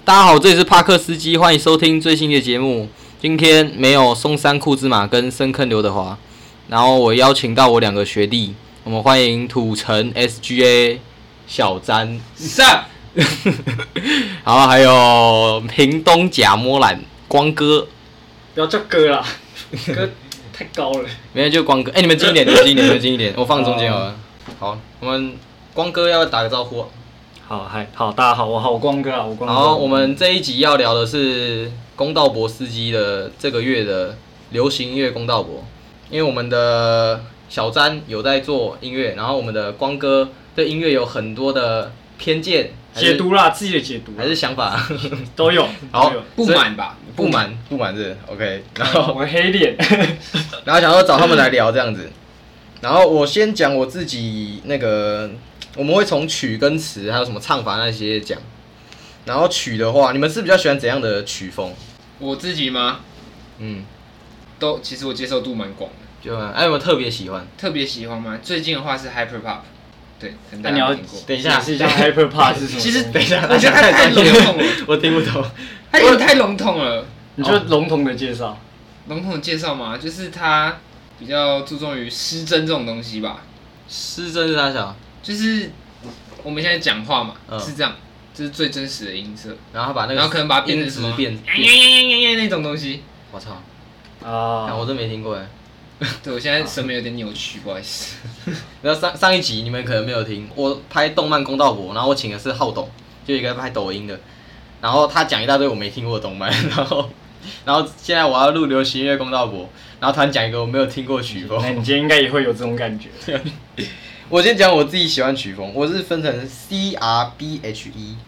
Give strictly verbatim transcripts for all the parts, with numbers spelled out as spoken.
大家好，这里是帕克司机，欢迎收听最新的节目。今天没有松山库兹马跟深坑刘德华，然后我邀请到我两个学弟，我们欢迎土城 S G A 小詹上， 然后还有屏东假摸懒光哥， 不要叫哥啦，哥太高了。 没有就光哥，哎、欸，你们近一点，你们近一点，你们近一点，我放中间好了。好，我们光哥要不要打个招呼、啊？ 好，嗨，好，大家好，我好，我光哥啊，我光哥。 好，我们这一集要聊的是公道伯司机的这个月的流行音乐公道伯，因为我们的小詹有在做音乐，然后我们的光哥对音乐有很多的偏见、 解读啦，自己的解读还是想法都有。 好， 不满吧？ 不满，不满是 OK。然后我黑脸， 然后想要找他们来聊这样子。然后我先讲我自己那个。我们会从曲跟词，还有什么唱法那些讲。然后曲的话，你们是比较喜欢怎样的曲风？ 我自己吗？嗯，都其实我接受度蛮广的。 就哎、啊，有没有特别喜欢？ 特别喜欢吗？最近的话是 Hyper Pop， 对，可能大家有听过。 等一下， 是一下 Hyper Pop 是什么？ 其实等一下， 我觉得它太笼统了， 我听不懂。 它有点太笼统了。 你就笼统的介绍。 笼统的介绍嘛，就是它比较注重于失真这种东西吧。 失真是啥小？ 就是我们现在讲话嘛， 嗯、 是这样，这是最真实的音色。 然后他把那个， 然后可能把它变成什么变变那种东西。 我操！ 啊， 我真没听过哎。 对，我现在审美有点扭曲，不好意思。 然后上上一集你们可能没有听，我拍动漫公道伯，然后我请的是浩董，就一个拍抖音的，然后他讲一大堆我没听过的动漫，然后然后现在我要录流行音乐公道伯，然后突然讲一个我没有听过曲风。 那你今天应该也会有这种感觉。 我先讲我自己喜欢曲风，我是分成 C R B H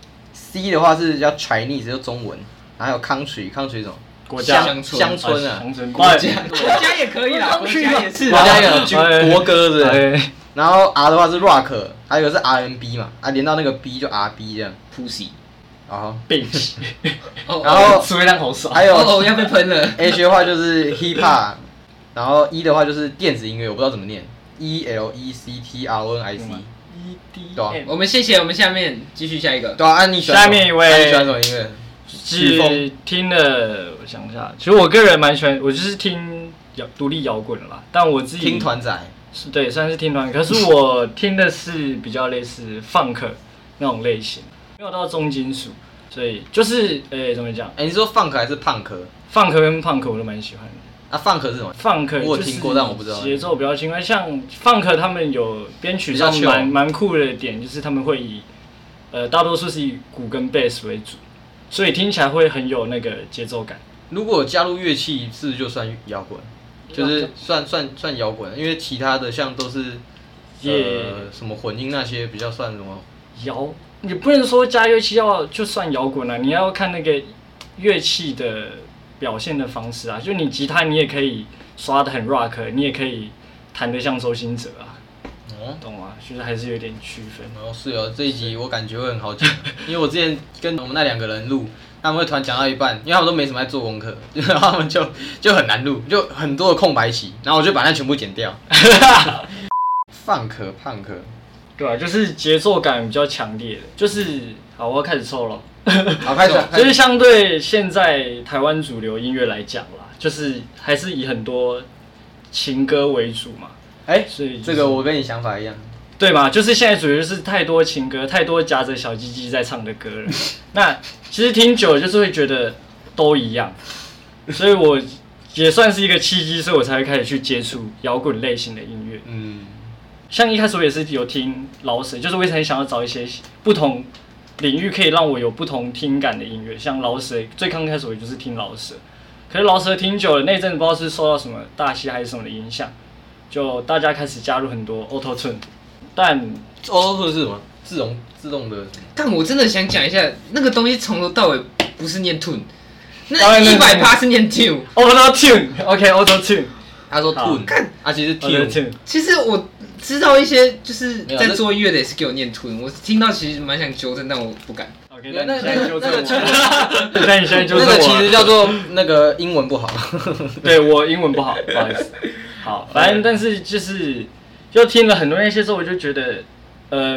E，C 的话是叫 Chinese， 就中文，还有 Country，Country 是什么？ 国家乡乡村啊， 国家国家也可以啦，国家也是， 国家有国歌是不是？ 哎、 然后 R 的话是 Rock， 还有一个是 R and B 嘛，啊连到那个 B 就 R B 这样 ，Pussy， 然后 Bitch， 然后水量好少， 还有哦要被喷了 H 的话就是 Hip Hop， 然后 E 的话就是电子音乐，我不知道怎么念 ，E L E C T R O N I C， 对啊， 我们谢谢，我们下面继续下一个， 对啊，啊你喜欢下面一位， 啊、你喜欢什么音乐？ 是听了，我想一下，其实我个人蛮喜欢，我就是听摇独立摇滚的啦。但我自己听团仔， 是对，算是听团，可是我听的是比较类似 funk 那种类型，没有到重金属，所以就是诶、欸、怎么讲？ 哎、欸，你说 funk 还是 punk？funk 跟 punk 我都蛮喜欢的。 啊 ，funk 是什么 ？funk 我有听过，但我不知道。 节奏比较轻快，像 funk 他们有编曲上蛮蛮酷的点，就是他们会以呃大多数是以鼓跟 bass 为主。所以听起来会很有那个节奏感。 如果加入乐器，是不是就算摇滚？就是算算算摇滚，因为其他的像都是呃什么混音那些比较算什么摇。你不能说加乐器要就算摇滚了，你要看那个乐器的表现的方式啊。就你吉他你也可以刷得很 rock， 你也可以弹得像周兴哲啊。哦，懂吗？就是还是有点区分。 哦，是哦，这一集我感觉会很好讲，因为我之前跟我们那两个人录，他们会突然讲到一半，因为他们都没什么在做功课，然后他们就就很难录，就很多的空白期，然后我就把它全部剪掉。Funk Punk， 对啊，就是节奏感比较强烈的，就是好，我要开始抽了。 好，开始。 就是相对现在台湾主流音乐来讲啦，就是还是以很多情歌为主嘛。 哎、欸，所以、就是、这个我跟你想法一样， 对嘛？就是现在主流是太多情歌，太多夹着小鸡鸡在唱的歌了。那其实听久了就是会觉得都一样，所以我也算是一个契机，所以我才会开始去接触摇滚类型的音乐。嗯，像一开始我也是有听饶舌，就是我也很想要找一些不同领域可以让我有不同听感的音乐，像饶舌，最刚开始我就是听饶舌，可是饶舌听久了，那阵子不知道是受到什么大戏还是什么的影响。就大家开始加入很多 Auto Tune， 但 Auto Tune 是什么？自动自动的。 但我真的想讲一下，那个东西从头到尾不是念 tune， 那一百趴是念 tune。Auto Tune，OK Auto Tune。 他說 tune， 看啊，其實 tune。 其實我知道一些就是在做音樂的也是給我念 tune， 我聽到其實蠻想糾正，但我不敢。 OK， 那那那個，那你現在糾正我。 那個其實叫做那個英文不好。 對，我英文不好，不好意思。好，反正但是就是就聽了很多那些之後，我就覺得，呃，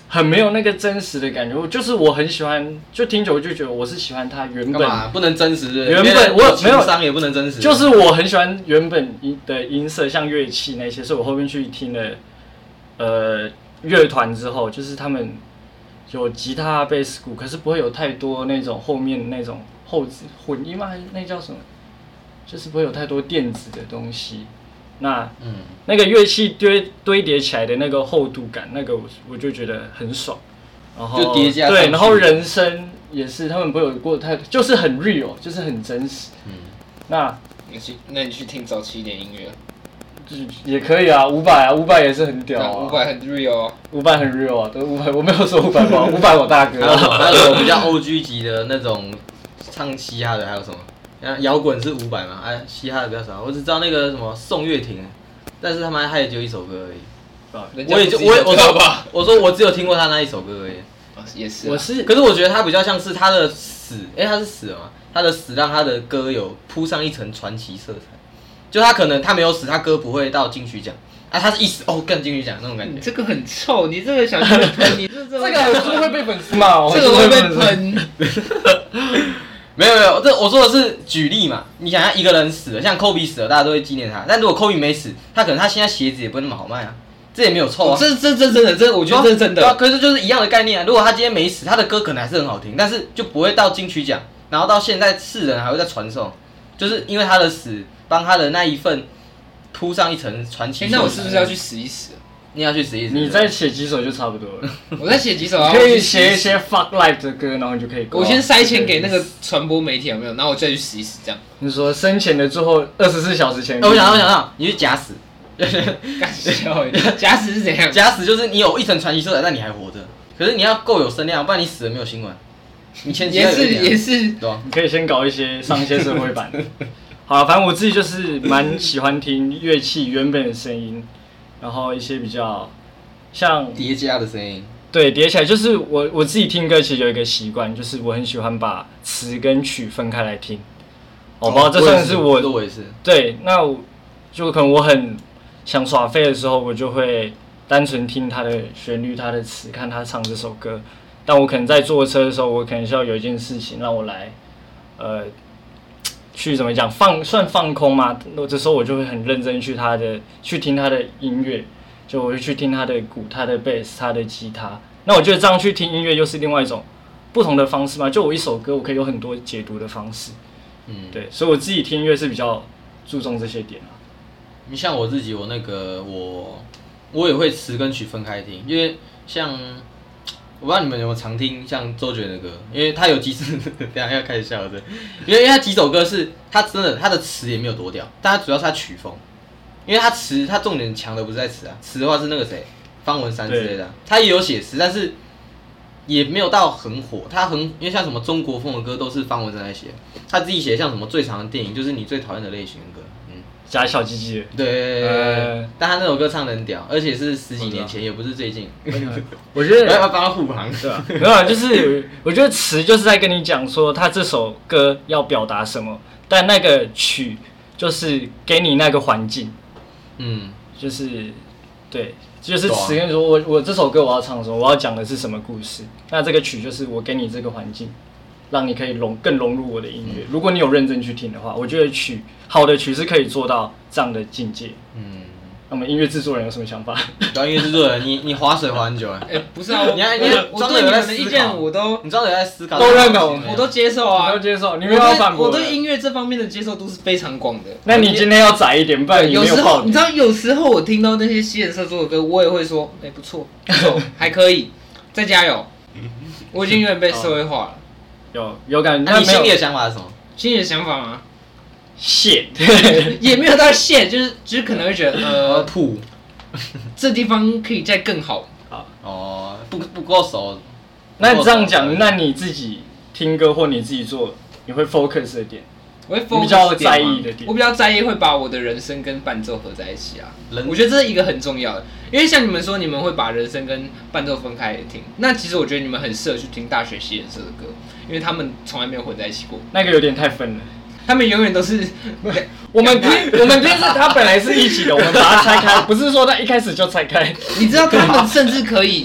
很没有那个真实的感觉。就是我很喜欢，就听久就觉得我是喜欢它原本不能真实的， 原本我没有商也不能真实， 就是我很喜欢原本的音色，像乐器那些，所以我后面去听了呃乐团之后，就是他们有吉他、贝斯、鼓，可是不会有太多那种后面那种后置混音吗？还是那叫什么？就是不会有太多电子的东西。那、嗯、那个乐器堆堆叠起来的那个厚度感，那个我我就觉得很爽。然后就叠加对，然后人声也是，他们不会有过太，就是很 real， 就是很真实。嗯，那你去，那你去听早期一点音乐， 也可以啊，伍佰啊，伍佰也是很屌啊， 伍佰很 real 啊， 伍佰很 real 啊，对伍佰，我没有说伍佰不好，伍佰我大哥。 还有什么？还有什么比较 O G 级的那种唱嘻哈的，还有什么？摇滚是伍佰嘛，哎，嘻哈的比较少。我只知道那个什么宋岳庭，但是他们他也就一首歌而已。我也就我我说我说我只有听过他那一首歌而已。 也是、啊， 我是， 可是我觉得他比较像是他的死，哎、欸，他是死了嘛？他的死让他的歌有铺上一层传奇色彩。就他可能他没有死，他歌不会到金曲奖。啊，他是一死哦，更金曲奖那种感觉。 你这个很臭，你这个小心喷，你这这这个会被粉丝骂哦， 这个会被喷。 没有没有，这我说的是举例嘛。你想想一个人死了，像科比死了，大家都会纪念他。但如果科比没死，他可能他现在鞋子也不会那么好卖啊，这也没有错啊。 这这这真的，这我觉得这是真的。 啊，可是就是一样的概念啊。如果他今天没死，他的歌可能还是很好听，但是就不会到金曲奖，然后到现在世人还会再传颂，就是因为他的死帮他的那一份铺上一层传奇。 欸。那我是不是要去死一死？ 你要去死一死。 你再写几首就差不多了。 我再写几首啊， 可以写一些 fuck life 的歌，然后你就可以。 我先塞钱给那个传播媒体有没有？然后我再去死一死这样。 你说生前的最后二十四小时前。 我想到，我想到，你去假死。 干笑欸！假死是怎样？ 假死就是你有一层传奇色彩，但你还活着。可是你要够有声量，不然你死了没有新闻。你前也是也是， 对吧？你可以先搞一些上一些社会版。好了，反正我自己就是蛮喜欢听乐器原本的声音，然后一些比较像叠加的声音。 对，叠起来就是我我自己听歌其实有一个习惯，就是我很喜欢把词跟曲分开来听。我不知道这算是我， 我也是。 对，那我就可能我很想耍废的时候，我就会单纯听它的旋律、它的词，看他唱这首歌。但我可能在坐车的时候，我可能需要有一件事情让我来，呃，去怎么讲放算放空嘛。我这时候我就会很认真去他的去听他的音乐，就我会去听他的鼓、他的贝斯、他的吉他。那我觉得这样去听音乐又是另外一种不同的方式嘛。就我一首歌，我可以有很多解读的方式。嗯，对，所以我自己听音乐是比较注重这些点啊。 你像我自己，我那个我我也会词跟曲分开听，因为像我不知道你们有没有常听像周杰伦的歌，因为他有几首，等一下要开始笑了，因为因为他几首歌是他真的他的词也没有多屌，但他主要是他曲风，因为他词他重点强的不是在词啊，词的话是那个谁方文山之类的、啊，他也有写词，但是也没有到很火，他很因为像什么中国风的歌都是方文山在写，他自己写像什么最长的电影就是你最讨厌的类型的歌。 假小鸡鸡的， 对，呃、但他那首歌唱得很屌，而且是十几年前，也不是最近。 我觉得要帮他护航，对吧？ 没有，就是我觉得词就是在跟你讲说他这首歌要表达什么，但那个曲就是给你那个环境，嗯，就是对，就是词跟你说我我这首歌我要唱什么，我要讲的是什么故事，那这个曲就是我给你这个环境。让你可以融更融入我的音乐。如果你有认真去听的话，我觉得曲好的曲是可以做到这样的境界。嗯，那么音乐制作人有什么想法？ 当音乐制作人，你你划水划很久哎。 哎，不是啊， 你还你我对你们的意见我都， 你装的有在思考， 都认同， 我都接受啊， 都接受。你没有反驳。 我对音乐这方面的接受度是非常广的。 那你今天要窄一点，不然你没有爆。 你知道有时候我听到那些西人社做的歌，我也会说，哎，不错，不错，还可以，再加油。我已经有点被社会化了。 有有感觉， 那、啊、你心里的想法是什么？ 心里的想法吗？ 谢， 也没有到谢，就是就是可能会觉得呃， 吐， 这地方可以再更好。 好哦，不不够熟。 那你这样讲，那你自己听歌或你自己做，你会 focus 的点？ 我会 focus 比较在意的点。 我比较在意会把我的人声跟伴奏合在一起啊。我觉得这是一个很重要的，因为像你们说你们会把人声跟伴奏分开听，那其实我觉得你们很适合去听大学西人社的歌。因为他们从来没有混在一起过， 那个有点太分了。 他们永远都是， 我们听我们听是他本来是一起的，我们把它拆开，不是说他一开始就拆开。 你知道他们甚至可以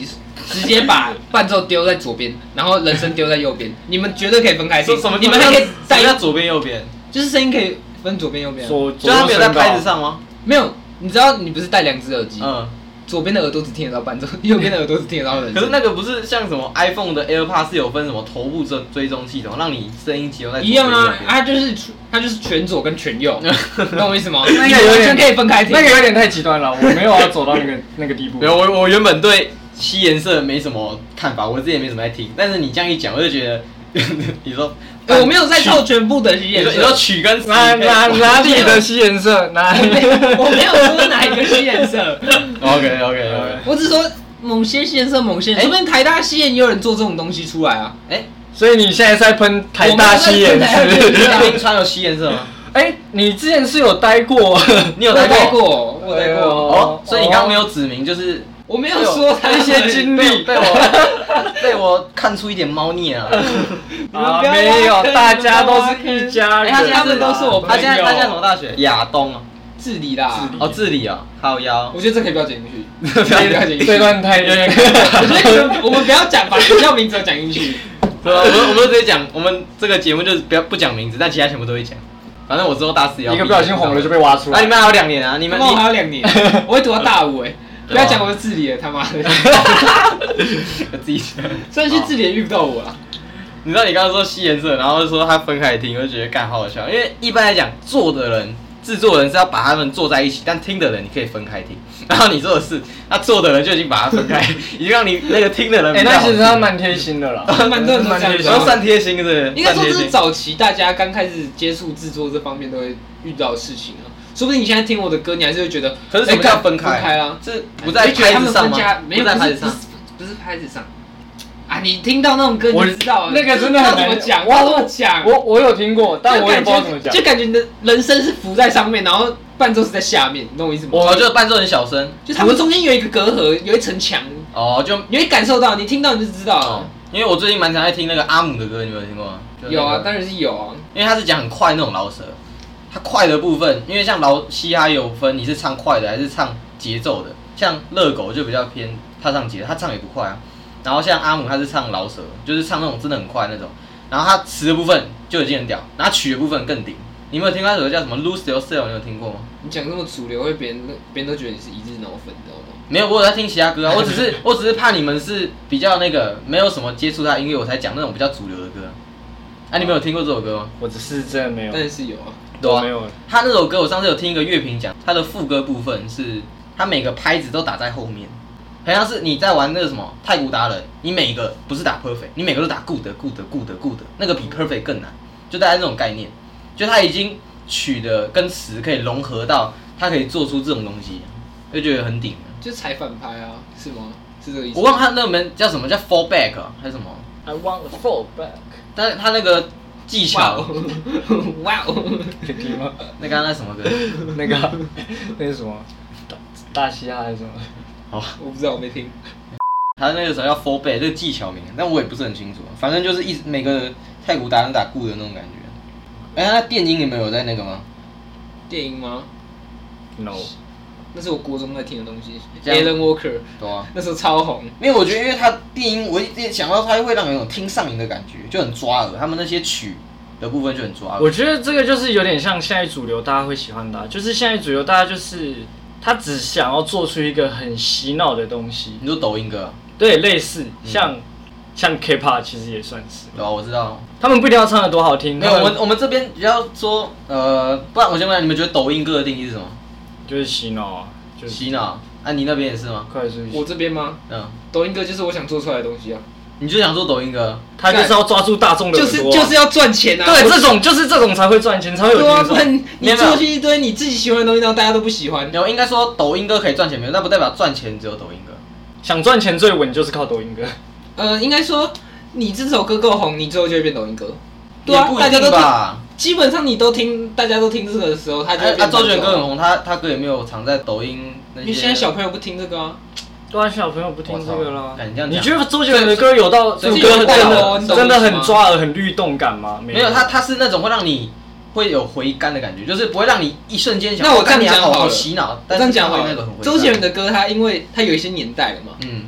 直接把伴奏丢在左边，然后人声丢在右边，你们绝对可以分开听。 什么？ 你们还可以带在左边右边， 就是声音可以分左边右边。 左就他没有在拍子上吗？ 没有，你知道你不是戴两只耳机？ 嗯。 左边的耳朵只听得到伴奏，右边的耳朵只听得到人声。 可是那个不是像什么 iPhone 的 AirPods 是有分什么头部追追踪系统，让你声音集中在左边一样啊，它就是它就是全左跟全右，你懂我意思吗？ 那个完全可以分开听。 那个有点太极端了，我没有要走到那个那个地步。 没有，我我原本对吸颜色没什么看法，我自己也没什么在听，但是你这样一讲，我就觉得你说。 欸、我没有在凑全部的吸颜色， 你说曲跟词哪哪哪里的吸颜色？哪里？ 我没有说哪一个吸颜色。 OK OK OK， 我只说某些吸颜色，某些，说不定台大吸颜也有人做这种东西出来啊。 哎、欸， 所以你现在是在喷台大吸颜色？ 冰川有吸颜色吗？ 哎、欸，你之前是有待过， 你有待过，我待过。 哦，所以你刚刚没有指明，就是。 我没有说他一些经历被我被我看出一点猫腻啊！ 啊，没有，大家都是一家人。 他他们都是我朋友。 他现在他现在什么大学？亚东啊， 治理啦。 哦，治理啊，好腰。 我觉得这可以不要剪进去，不要剪进去。 这段太远。 我觉得我们不要讲，把学校名字讲进去。 对啊，我们我们就直接讲，我们这个节目就是不要不讲名字，但其他全部都会讲。反正我之后大四也要。 一个不小心红了就被挖出来。 那你们还有两年啊？你们我还有两年，我会读到大五哎。不要讲我是治理了，他妈的！ 我自己虽然去治理也遇不到我啦。 你知道你刚刚说吸颜色，然后说他分开听，我就觉得干好好笑。因为一般来讲，做的人、制作人是要把他们坐在一起，但听的人你可以分开听。然后你做的是，他做的人就已经把它分开，已经让你那个听的人。 哎、欸，那其实他蛮贴心的啦， 蛮多人都这样子， 然后算贴心，对不对？ 应该说这是早期大家刚开始接触制作这方面都会遇到的事情啊。说不定你现在听我的歌，你还是会觉得， 可是什么叫分开？ 分开啦， 是不在拍子上吗？ 没有，不是不是拍子上。啊，你听到那种歌，你知道那个真的很怎么讲？ 我怎么讲？ 我我有听过，但我也不知道怎么讲。 就感觉你的人声是浮在上面，然后伴奏是在下面，你懂我意思吗？ 我就伴奏很小声， 就他们中间有一个隔阂，有一层墙。哦， 就你会感受到，你听到你就知道了。哦、 因为我最近蛮常在听那个阿姆的歌，你有听过吗？ 有啊，当然是有啊。 因为他是讲很快那种饶舌。它快的部分，因为像劳嘻哈有分，你是唱快的还是唱节奏的。像热狗就比较偏他唱节，他唱也不快啊。然后像阿姆他是唱饶舌，就是唱那种真的很快那种。然后他词的部分就已经很屌，然后曲的部分更顶。你有没有听过那首叫什么《Lose Yourself》？你有听过吗？ 你讲这么主流，会别人别人都觉得你是一日脑粉，你知道吗？ 没有，我有在听其他歌啊。我只是我只是怕你们是比较那个没有什么接触他的音乐，我才讲那种比较主流的歌。啊，你们有听过这首歌吗？ 我只是真的没有， 但是有啊。 对啊， 没有。 他那首歌我上次有听一个乐评讲，他的副歌部分是，他每个拍子都打在后面，好像是你在玩那个什么太鼓达人，你每一个不是打 perfect， 你每个都打 good good good good， 那个比 perfect 更难，就大概这种概念，就他已经曲的跟词可以融合到，他可以做出这种东西，就觉得很顶。 就踩反拍啊，是吗？是这个意思？ 我忘了他那门叫什么叫 fall back 啊，还是什么 ？I want to fall back。 但是他那个。技巧， 哇哦！ 那刚刚那什么歌？ 那个那是什么？大嘻哈还是什么？ 哦， 我不知道，我没听。 他那个时候要 fall back， 这个技巧名，但我也不是很清楚。反正就是一每个太鼓达人打鼓的那种感觉。哎、欸，那电音你们有在那个吗？ 电音吗 ？No。 那是我国中在听的东西 ，Alan Walker， 对啊， 那时候超红。 因为我觉得，因为他电音，我一想到他会让人有听上瘾的感觉，就很抓耳。他们那些曲的部分就很抓耳。 我觉得这个就是有点像现在主流大家会喜欢的、啊，就是现在主流大家就是他只想要做出一个很洗脑的东西。 你说抖音歌、啊？ 对，类似像、嗯、像 K-pop 其实也算是。 对啊，我知道。 他们不一定要唱得多好听。 没有，我们我们这边比较说，呃，不然我先问你们觉得抖音歌的定义是什么？ 就是洗脑啊，就是洗脑。啊，你那边也是吗？ 快速。 我这边吗？ 嗯， 抖音歌就是我想做出来的东西啊。 你就想做抖音歌， 他就是要抓住大众的耳朵、啊， 就是就是要赚钱啊。 对，这种就是这种才会赚钱，才会有听众。 对啊，你做去一堆你自己喜欢的东西，然后大家都不喜欢。 没有，应该说抖音歌可以赚钱没有，但不代表赚钱只有抖音歌。 想赚钱最稳就是靠抖音歌。 呃，应该说你这首歌够红，你之后就会变抖音歌。对啊， 也不一定吧。 基本上你都听，大家都听这个的时候，他就会变。 啊，周杰伦歌很红，他他歌也没有藏在抖音那些。 因为现在小朋友不听这个啊。 对啊，小朋友不听这个啦。 你觉得周杰伦的歌有到这个真的真的很抓耳、很律动感吗？ 没有，他他是那种会让你会有回甘的感觉，就是不会让你一瞬间想。 那我这样讲好了， 洗脑。 这样讲好了。周杰伦的歌，他因为他有一些年代了嘛，嗯，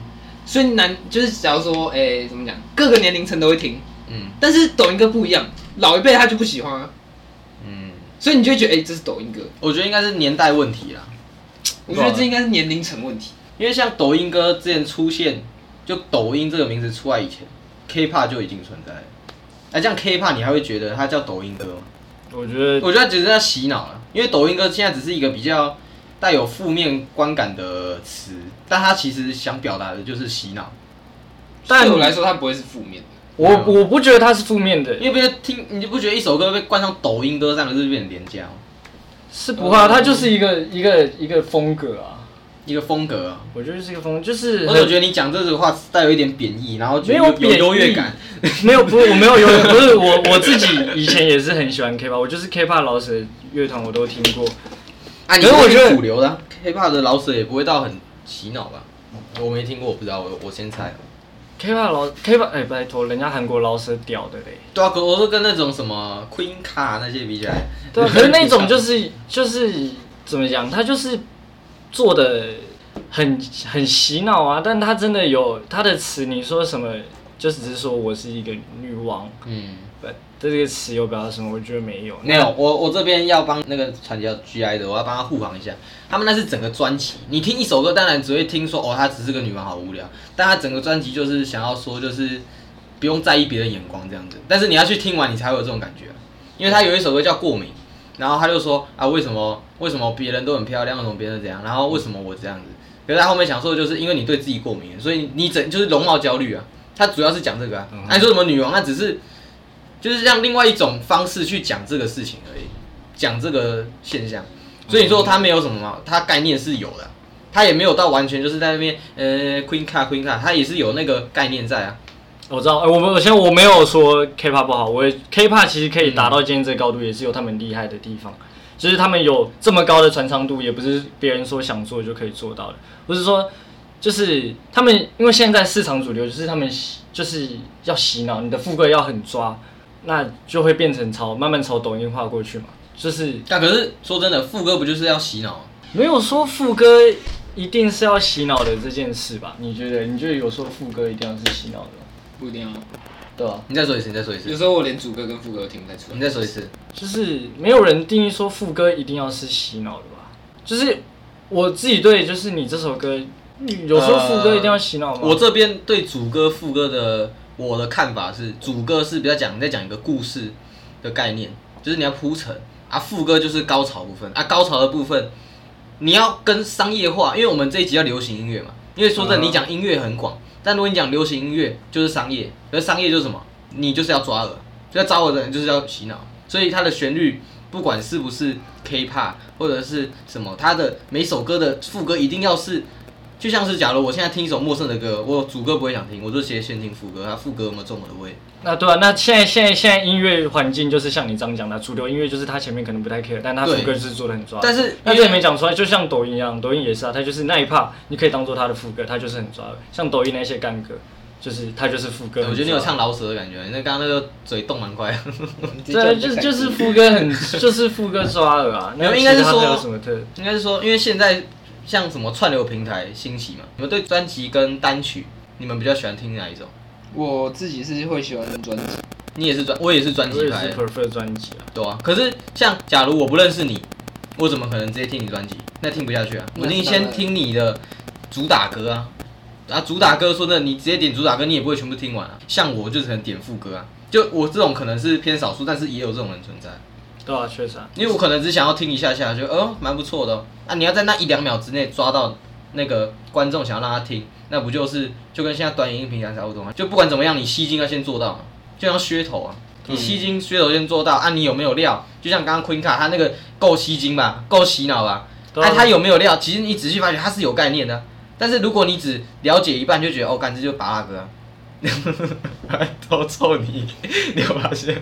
所以男就是假如说，哎、欸，怎么讲，各个年龄层都会听，嗯，但是抖音歌不一样，老一辈他就不喜欢啊，嗯，所以你就会觉得，哎、欸，这是抖音歌。 我觉得应该是年代问题啦， 我觉得这应该是年龄层问题， 因为像抖音歌之前出现，就抖音这个名字出来以前 ，K-pop 就已经存在了。哎、啊，这样 K-pop 你还会觉得它叫抖音歌吗？ 我觉得， 我觉得它只是在洗脑了，因为抖音歌现在只是一个比较带有负面观感的词，但它其实想表达的就是洗脑。 但对我来说，它不会是负面的。 我我不觉得它是负面的， 因为别听，你就不觉得一首歌被冠上抖音歌三个字变成廉价吗？ 是不会、啊，它就是一个一个一个风格啊， 一个风格啊。 我觉得是一个风格，就是我总觉得你讲这个话带有一点贬义，然后没有有优越感。 没有，不是我没有优越，不是我我自己以前也是很喜欢 K-pop， 我就是 K-pop 老舍乐团我都听过。 啊，你是我觉得主流的、啊、K-pop 的老舍也不会到很洗脑吧？我没听过，我不知道，我我先猜。 K-pop 老 K-pop 哎、欸，拜托，人家韩国老舍屌的嘞。 对啊，可我说跟那种什么 Queen 卡那些比起来， 对啊，可是那种就是就是怎么讲，他就是做的很很洗脑啊，但他真的有他的词，你说什么，就只是说我是一个女王，嗯，这个词有表达什么？我觉得没有。 没有，我我这边要帮那个传叫 G I 的，我要帮他护航一下。他们那是整个专辑，你听一首歌，当然只会听说哦，她只是个女王，好无聊。但他整个专辑就是想要说，就是不用在意别人眼光这样子。但是你要去听完，你才会有这种感觉、啊。因为他有一首歌叫《过敏》，然后他就说啊，为什么为什么别人都很漂亮，为什么别人怎样，然后为什么我这样子？可是他后面想说的就是因为你对自己过敏，所以你整就是容貌焦虑啊。他主要是讲这个啊。嗯、啊你说什么女王，那只是。就是让另外一种方式去讲这个事情而已，讲这个现象。所以你说他没有什么嘛？他概念是有的，他也没有到完全就是在那边呃 Queen Card Queen Card， 他也是有那个概念在啊。 我知道，我我先我没有说 K-pop 不好，我 K-pop 其实可以达到今天这个高度，也是有他们厉害的地方。就是他们有这么高的传唱度，也不是别人说想做就可以做到的。不是说，就是他们因为现在市场主流就是他们就是要洗脑，你的副歌要很抓。那就会变成朝慢慢朝抖音化过去嘛，就是。 但、啊、可是说真的，副歌不就是要洗脑？ 没有说副歌一定是要洗脑的这件事吧？你觉得？你觉得有说副歌一定要是洗脑的吗？ 不一定啊， 对吧、啊？ 你再说一次，你再说一次。 有时候我连主歌跟副歌都听不太出来。 你再说一次。 就是没有人定义说副歌一定要是洗脑的吧？就是我自己对，就是你这首歌，有说副歌一定要洗脑吗？ 呃、我这边对主歌副歌的。我的看法是，主歌是比较讲你在讲一个故事的概念，就是你要铺陈啊，副歌就是高潮部分啊，高潮的部分你要跟商业化，因为我们这一集要流行音乐嘛，因为说真的，你讲音乐很广，但如果你讲流行音乐就是商业，而商业就是什么，你就是要抓耳，就要抓耳的人就是要洗脑，所以它的旋律不管是不是 K-pop 或者是什么，它的每首歌的副歌一定要是。就像是，假如我现在听一首陌生的歌，我主歌不会想听，我就直接先听副歌，它副歌有没有中我的味？ 那对啊，那现在现在现在音乐环境就是像你这样讲的，主流音乐就是它前面可能不太 care， 但它副歌就是做的很抓。 但是那这也没讲出来，就像抖音一样，抖音也是啊，它就是那一 part 你可以当做它的副歌，它就是很抓。像抖音那些干歌，就是它就是副歌。 我觉得你有唱老舍的感觉，那刚刚那个嘴动蛮快。 对，就是就是副歌很，就是副歌抓耳啊。 没有，应该是说有什么特？ 应该是说，因为现在。像什么串流平台兴起嘛？你们对专辑跟单曲，你们比较喜欢听哪一种？ 我自己是会喜欢专辑。 你也是专，我也是专辑派。 我也是 prefer 专辑啊。 对啊，可是像假如我不认识你，我怎么可能直接听你专辑？那听不下去啊！我一定先听你的主打歌啊。啊，主打歌说真的，你直接点主打歌，你也不会全部听完啊。像我就只能点副歌啊。就我这种可能是偏少数，但是也有这种人存在。 对啊，确实啊。 因为我可能只想要听一下下，就哦蛮不错的、哦。啊，你要在那一两秒之内抓到那个观众想要让他听，那不就是就跟现在短影音平台差不多吗？就不管怎么样，你吸睛要先做到嘛，就像噱头啊，你吸睛噱头先做到啊，你有没有料？就像刚刚 Queen Card 他那个够吸睛吧，够洗脑吧？啊，他有没有料？其实你仔细发觉他是有概念的、啊，但是如果你只了解一半，就觉得哦，干这就拔拉歌、啊，都臭你，你有发现吗？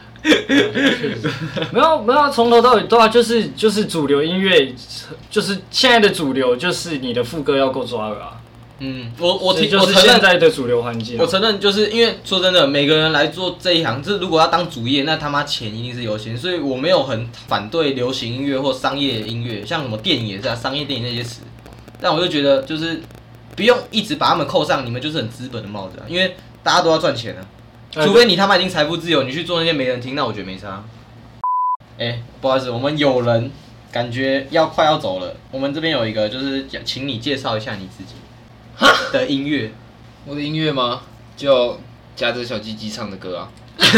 没有没有，从头到尾都要就是就是主流音乐，就是现在的主流就是你的副歌要够抓耳啊。 嗯，我我提就是现在的主流环境、啊。 我承认，就是因为说真的，每个人来做这一行，就是如果要当主业，那他妈钱一定是优先，所以我没有很反对流行音乐或商业音乐，像什么电影也是啊，商业电影那些词。但我就觉得，就是不用一直把他们扣上你们就是很资本的帽子啊，因为大家都要赚钱啊。除非你他妈已经财富自由，你去做那些没人听，那我觉得没差。哎、欸，不好意思，我们有人感觉要快要走了。我们这边有一个，就是讲，请你介绍一下你自己的音乐。 我的音乐吗？就夹着小鸡鸡唱的歌啊。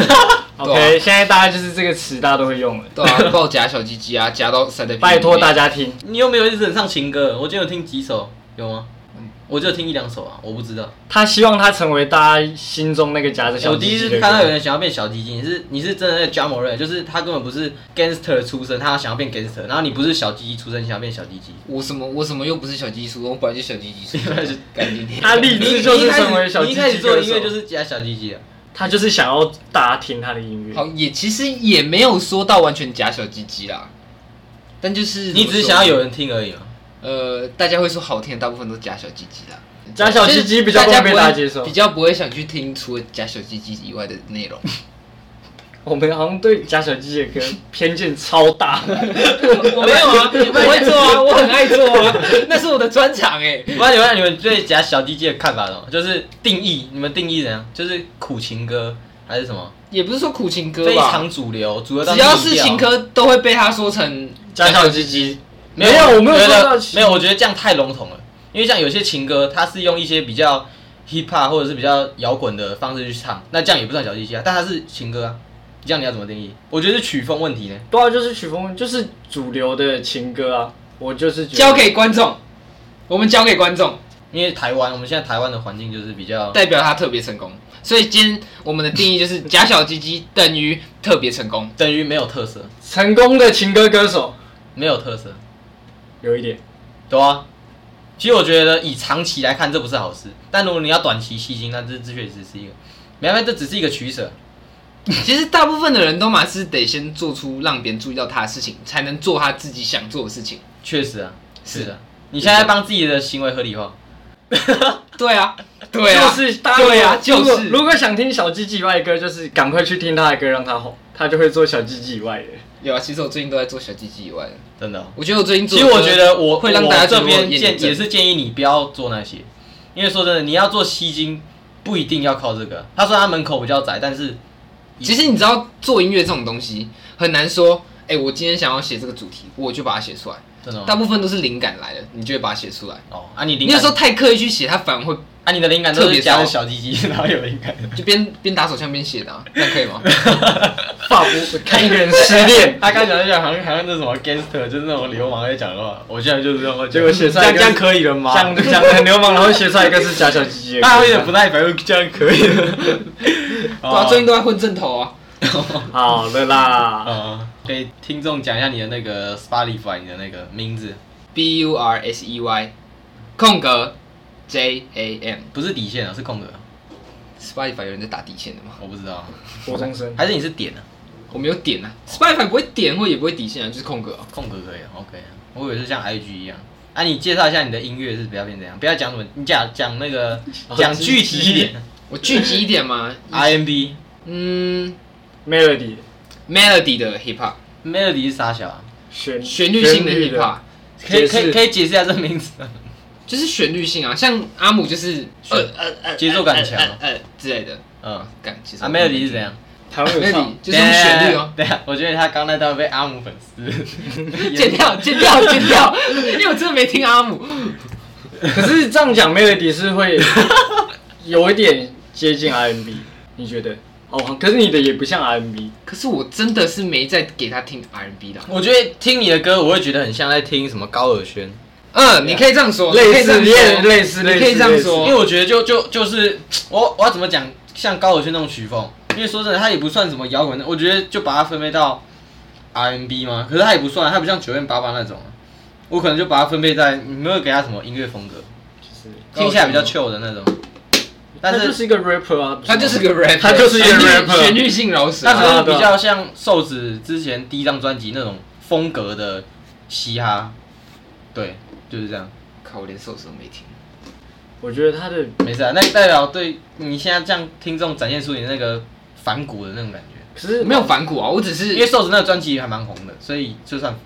OK， 现在大家就是这个词，大家都会用了。 对啊，帮我夹小鸡鸡啊，夹到塞在。 拜托大家听。 你有没有一直很唱情歌？我今天有听几首，有吗？我就听一两首啊，我不知道。 他希望他成为大家心中那个夹着小鸡鸡的。 我第一次看到有人想要变小鸡鸡，你是你是真的在 Jamoran， 就是他根本不是 gangster 出身，他想要变 gangster， 然后你不是小鸡鸡出身，你想要变小鸡鸡。 我什么我什么又不是小鸡鸡出身，我本来就小鸡鸡出身。干你！ 他立志就是成为小鸡鸡。 你一开始做音乐就是夹小鸡鸡啊。 他就是想要大家听他的音乐。 好，也其实也没有说到完全夹小鸡鸡啦，但就是你只是想要有人听而已嘛。 呃，大家会说好听的，大部分都夹小鸡鸡啦。 夹小鸡鸡比较不会被大家接受， 比较不会想去听除了夹小鸡鸡以外的内容。 我们好像对夹小鸡鸡的歌偏见超大。 我没有啊，我会做啊，我很爱做啊，那是我的专长哎。 不然你们你们对夹小鸡鸡的看法是什么？就是定义，你们定义怎样？就是苦情歌还是什么？ 也不是说苦情歌吧， 非常主流，主流到只要是情歌都会被他说成夹小鸡鸡。 没有，我没有说到， 没有，我觉得这样太笼统了。因为像有些情歌，它是用一些比较 hip hop 或者是比较摇滚的方式去唱，那这样也不算小鸡鸡啊，但它是情歌啊，这样你要怎么定义？我觉得是曲风问题呢。 对啊，就是曲风，就是主流的情歌啊，我就是觉得交给观众，我们交给观众， 因为台湾，我们现在台湾的环境就是比较代表他特别成功，所以今天我们的定义就是夹小鸡鸡等于特别成功， 等于没有特色， 成功的情歌歌手没有特色， 有一点， 对啊。其实我觉得以长期来看，这不是好事。但如果你要短期吸睛，那这这确实是一个，没办法，这只是一个取舍。 其实大部分的人都嘛是得先做出让别人注意到他的事情，才能做他自己想做的事情。 确实啊，是的。你现在帮自己的行为合理化。 对啊，对啊， 就是大家对啊，就是。 如果想听小鸡鸡以外的歌，就是赶快去听他的歌，让他红，他就会做小鸡鸡以外的。 有啊，其实我最近都在做小鸡鸡以外的， 真的、哦。 我觉得我最近做， 其实我觉得我会让大家这边建也是建议你不要做那些，因为说真的，你要做吸睛，不一定要靠这个。他说他门口比较窄，但是其实你知道做音乐这种东西很难说，哎、欸，我今天想要写这个主题，我就把它写出来。 真的吗？ 大部分都是灵感来的，你就会把它写出来。 哦，啊你灵感，你有时候太刻意去写，它反而会。 啊，你的灵感都是夹着小鸡鸡，然后有灵感， 就边边打手枪边写的、啊，这样可以吗？ 法国看一个人失恋， 他刚讲讲好像好像那什么 gangster， 就是那种流氓在讲的话，我现在就是这样， 结果写出来这样可以了吗？ 讲讲很流氓，然后写出来一个是夹小鸡鸡， 他有点不耐烦，又这样可以了。 对啊，最近都在混正头啊。 好了啦， 呃，给听众讲一下你的那个 Spotify 你的那个名字 ，B U R S E Y， 空格 J A M， 不是底线啊，是空格。 Spotify 有人在打底线的吗？ 我不知道， 国中生还是你是点啊？ 我没有点啊 ，Spotify 不会点或也不会底线啊，就是空格啊。 空格可以啊 ，OK 啊，我以为是像 I G 一样。啊，你介绍一下你的音乐是不要变这样，不要讲什么，你讲讲那个讲具体一点。 我具体一点吗 ？R and B， 嗯 ，Melody Melody 的 Hip Hop，Melody 是啥小啊？ 旋旋律性的 Hip Hop， 可以可以可以解释一下这个名字。 就是旋律性啊，像阿姆就是呃呃呃节奏感强呃之类的，嗯，感节奏。 啊 Melody 是怎样？ 他会有唱， 就是用旋律哦。 对啊，我觉得他刚那段被阿姆粉丝剪掉剪掉剪掉，因为我真的没听阿姆。 可是这样讲 Melody 是会有一点接近 R and B， 你觉得？哦，可是你的也不像 R and B， 可是我真的是没在给他听 R and B 的。 我觉得听你的歌，我会觉得很像在听什么高尔宣。 嗯，你可以这样说， 类似类似类似， 你可以这样说， 因为我觉得就就就是我我要怎么讲，像高尔宣那种曲风，因为说真的，它也不算什么摇滚，我觉得就把它分配到 R and B 嘛，可是它也不算，它不像九院八八那种，我可能就把它分配在，你没有给它什么音乐风格，就是听起来比较 chill 的那种。 但是他就是一个 rapper 啊， 他就是个 rapper， 他就是一个 rapper， 旋律性饶舌， 但是比较像瘦子之前第一张专辑那种风格的嘻哈，对，就是这样。 靠，我连瘦子都没听。 我觉得他的没事啊，那代表对你现在这样听众展现出你那个反骨的那种感觉。 可是没有反骨啊，我只是因为瘦子那个专辑还蛮红的，所以就算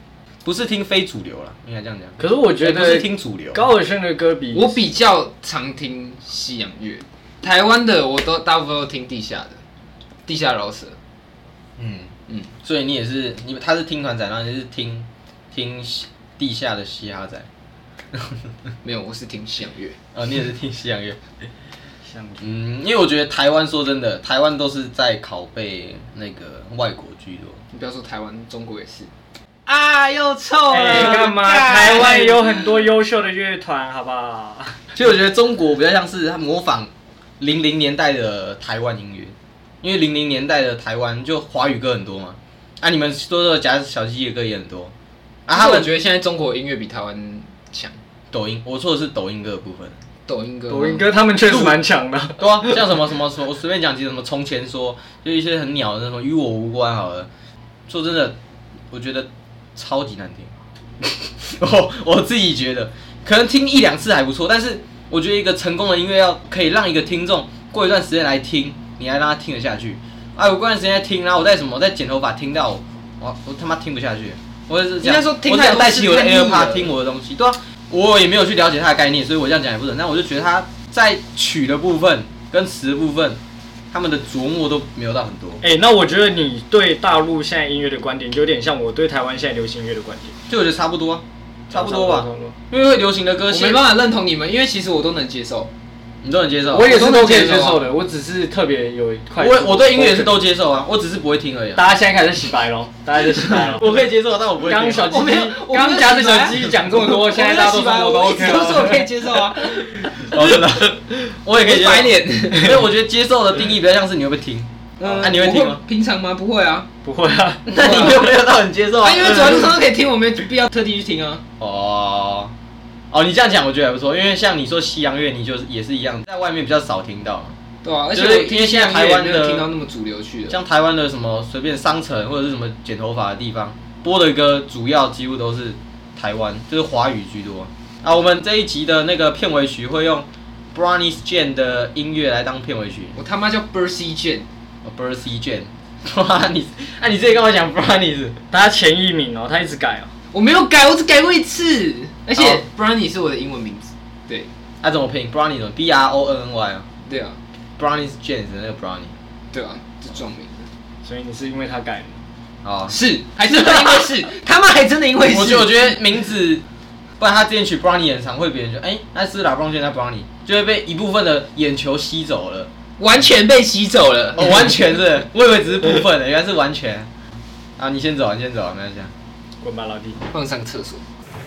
不是听非主流啦，应该这样讲。 可是我觉得不是听主流， 高尔宣的歌比我比较常听西洋乐，台湾的我都大部分都听地下的，地下饶舌。 嗯嗯，所以你也是你他是听团仔，然后你是听听地下的嘻哈仔。 没有，我是听西洋乐。 哦，你也是听西洋乐。嗯，因为我觉得台湾说真的，台湾都是在拷贝那个外国居多。 你不要说台湾，中国也是。啊，又臭了！ 哎，干嘛？台湾也有很多优秀的乐团，好不好？ 其实我觉得中国比较像是他模仿零零年代的台湾音乐，因为零零年代的台湾就华语歌很多嘛。啊，你们说说夹小鸡鸡的歌也很多。 啊，他们觉得现在中国音乐比台湾强。 抖音，我说的是抖音歌的部分。 抖音歌， 抖音歌他们确实蛮强的。 对啊，像什么什么什么，我随便讲几个什么从前说，就一些很鸟的那种与我无关好了。说真的，我觉得超级难听。我我自己觉得，可能听一两次还不错，但是我觉得一个成功的音乐要可以让一个听众过一段时间来听，你还让他听得下去。哎，我过段时间听，然后我在什么我在剪头发听到，我我他妈听不下去。我是这样，我想带起我的 AirPod 听我的东西，对啊。我也没有去了解它的概念，所以我这样讲也不准。但我就觉得它在曲的部分跟词的部分，他们的琢磨都没有到很多。 哎、欸，那我觉得你对大陆现在音乐的观点，就有点像我对台湾现在流行音乐的观点。 就我觉得差不多啊，差不多吧。因为流行的歌， 我没办法认同你们，因为其实我都能接受。 你都能接受， 我也是都可以接受的。我只是特别有快。 我我对音乐也是都接受啊，我只是不会听而已、啊。 大家现在开始洗白咯，大家就洗白咯。 我可以接受，但我不会听。 刚小鸡鸡，刚夹着小鸡讲这么多，现在大家都说我都 OK 了。 都说我可以接受啊。 哦，真的，我也可以接受。 白脸， 因为我觉得接受的定义比较像是你会不会听。嗯，啊，你会听吗？ 平常吗？不会啊， 不会啊。 那你没有没有到很接受啊？ 因为走在路上都可以听，我没有必要特地去听啊。 哦。哦，你这样讲我觉得还不错，因为像你说西洋乐，你就是也是一样，在外面比较少听到。 对啊，而且我听现在台湾的听到那么主流去的， 像台湾的什么随便商城或者是什么剪头发的地方播的歌，主要几乎都是台湾，就是华语居多。啊，我们这一集的那个片尾曲会用 Brownies Jane 的音乐来当片尾曲。 我他妈叫 Bercy Jane， 哦 Bercy Jane，Brownies， 啊你自己干嘛讲 Brownies？ 他前一名哦，他一直改哦。 我没有改，我只改过一次。而且 Brownie 是我的英文名字，对。 那、啊、怎么拼 ？Brownie 怎么 ？B R O N N Y 啊？ 对啊。 Brownies Jane 的那个 Brownie。 对啊，是撞名的。 所以你是因为他改的？ 哦， 是，还真的因为是，他妈还真的因为是。 我觉得我觉得名字，不然他之前取 Brownie 很常会别人就哎，那是打 Brownie 那 Brownie， 就会被一部分的眼球吸走了， 完全被吸走了。 哦，完全是，我以为只是部分的，原来是完全。啊，你先走，你先走，没关系。 滚吧，老弟， 放上厕所。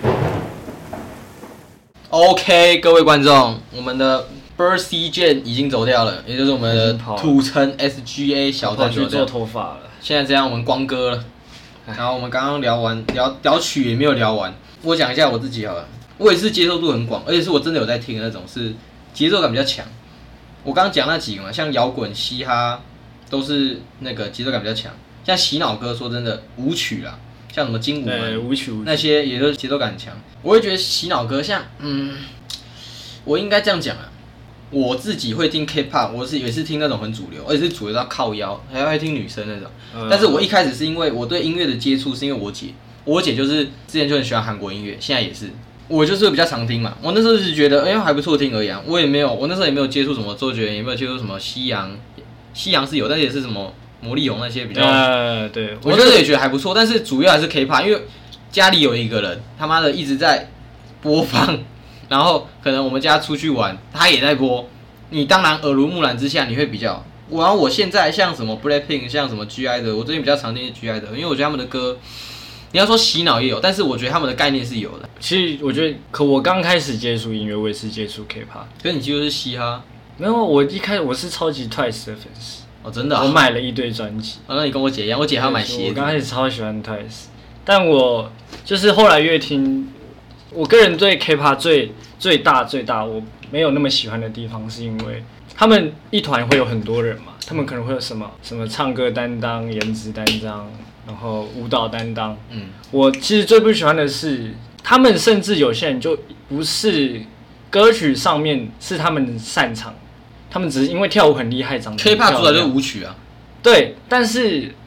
OK， 各位观众，我们的 Bercy Jane 已经走掉了，也就是我们的土城 S G A 小站去做头发了。 现在这样，我们光歌了。然后我们刚刚聊完，聊聊曲也没有聊完。我讲一下我自己好了，我也是接受度很广，而且是我真的有在听的那种，是节奏感比较强。我刚刚讲那几个嘛，像摇滚、嘻哈，都是那个节奏感比较强。像洗脑歌，说真的，舞曲啦。像什么精武门舞曲那些也都节奏感很强，我会觉得洗脑歌像，嗯，我应该这样讲啊，我自己会听 K-pop， 我是也是听那种很主流，而且是主流到靠腰，还会听女生那种。嗯、但是我一开始是因为我对音乐的接触，是因为我姐，我姐就是之前就很喜欢韩国音乐，现在也是，我就是比较常听嘛。我那时候是觉得，哎、欸、还不错听而已啊，我也没有，我那时候也没有接触什么周杰伦，也没有接触什么西洋，西洋是有，但是也是什么。魔力红那些比较， 呃，对， 我就是也觉得还不错，但是主要还是 K-pop， 因为家里有一个人他妈的一直在播放，然后可能我们家出去玩，他也在播，你当然耳濡目染之下，你会比较。然后我现在像什么 Blackpink， 像什么 G I 的，我最近比较常听 G I 的，因为我觉得他们的歌，你要说洗脑也有，但是我觉得他们的概念是有的。 其实我觉得，可我刚开始接触音乐，我也是接触 K-pop， 可是你几乎是嘻哈， 没有，我一开始我是超级 Twice 的粉丝。 哦，真的、啊， 我买了一堆专辑。 哦，那你跟我姐一样，我姐还要买鞋子。 我刚开始超喜欢 Twice， 但我就是后来越听，我个人对 K-pop 最最大最大我没有那么喜欢的地方，是因为他们一团会有很多人嘛，他们可能会有什么什么唱歌担当、颜值担当，然后舞蹈担当。嗯，我其实最不喜欢的是，他们甚至有些人就不是歌曲上面是他们擅长。他们只是因为跳舞很厉害，长得 K-pop 出来就是舞曲啊， 对，但是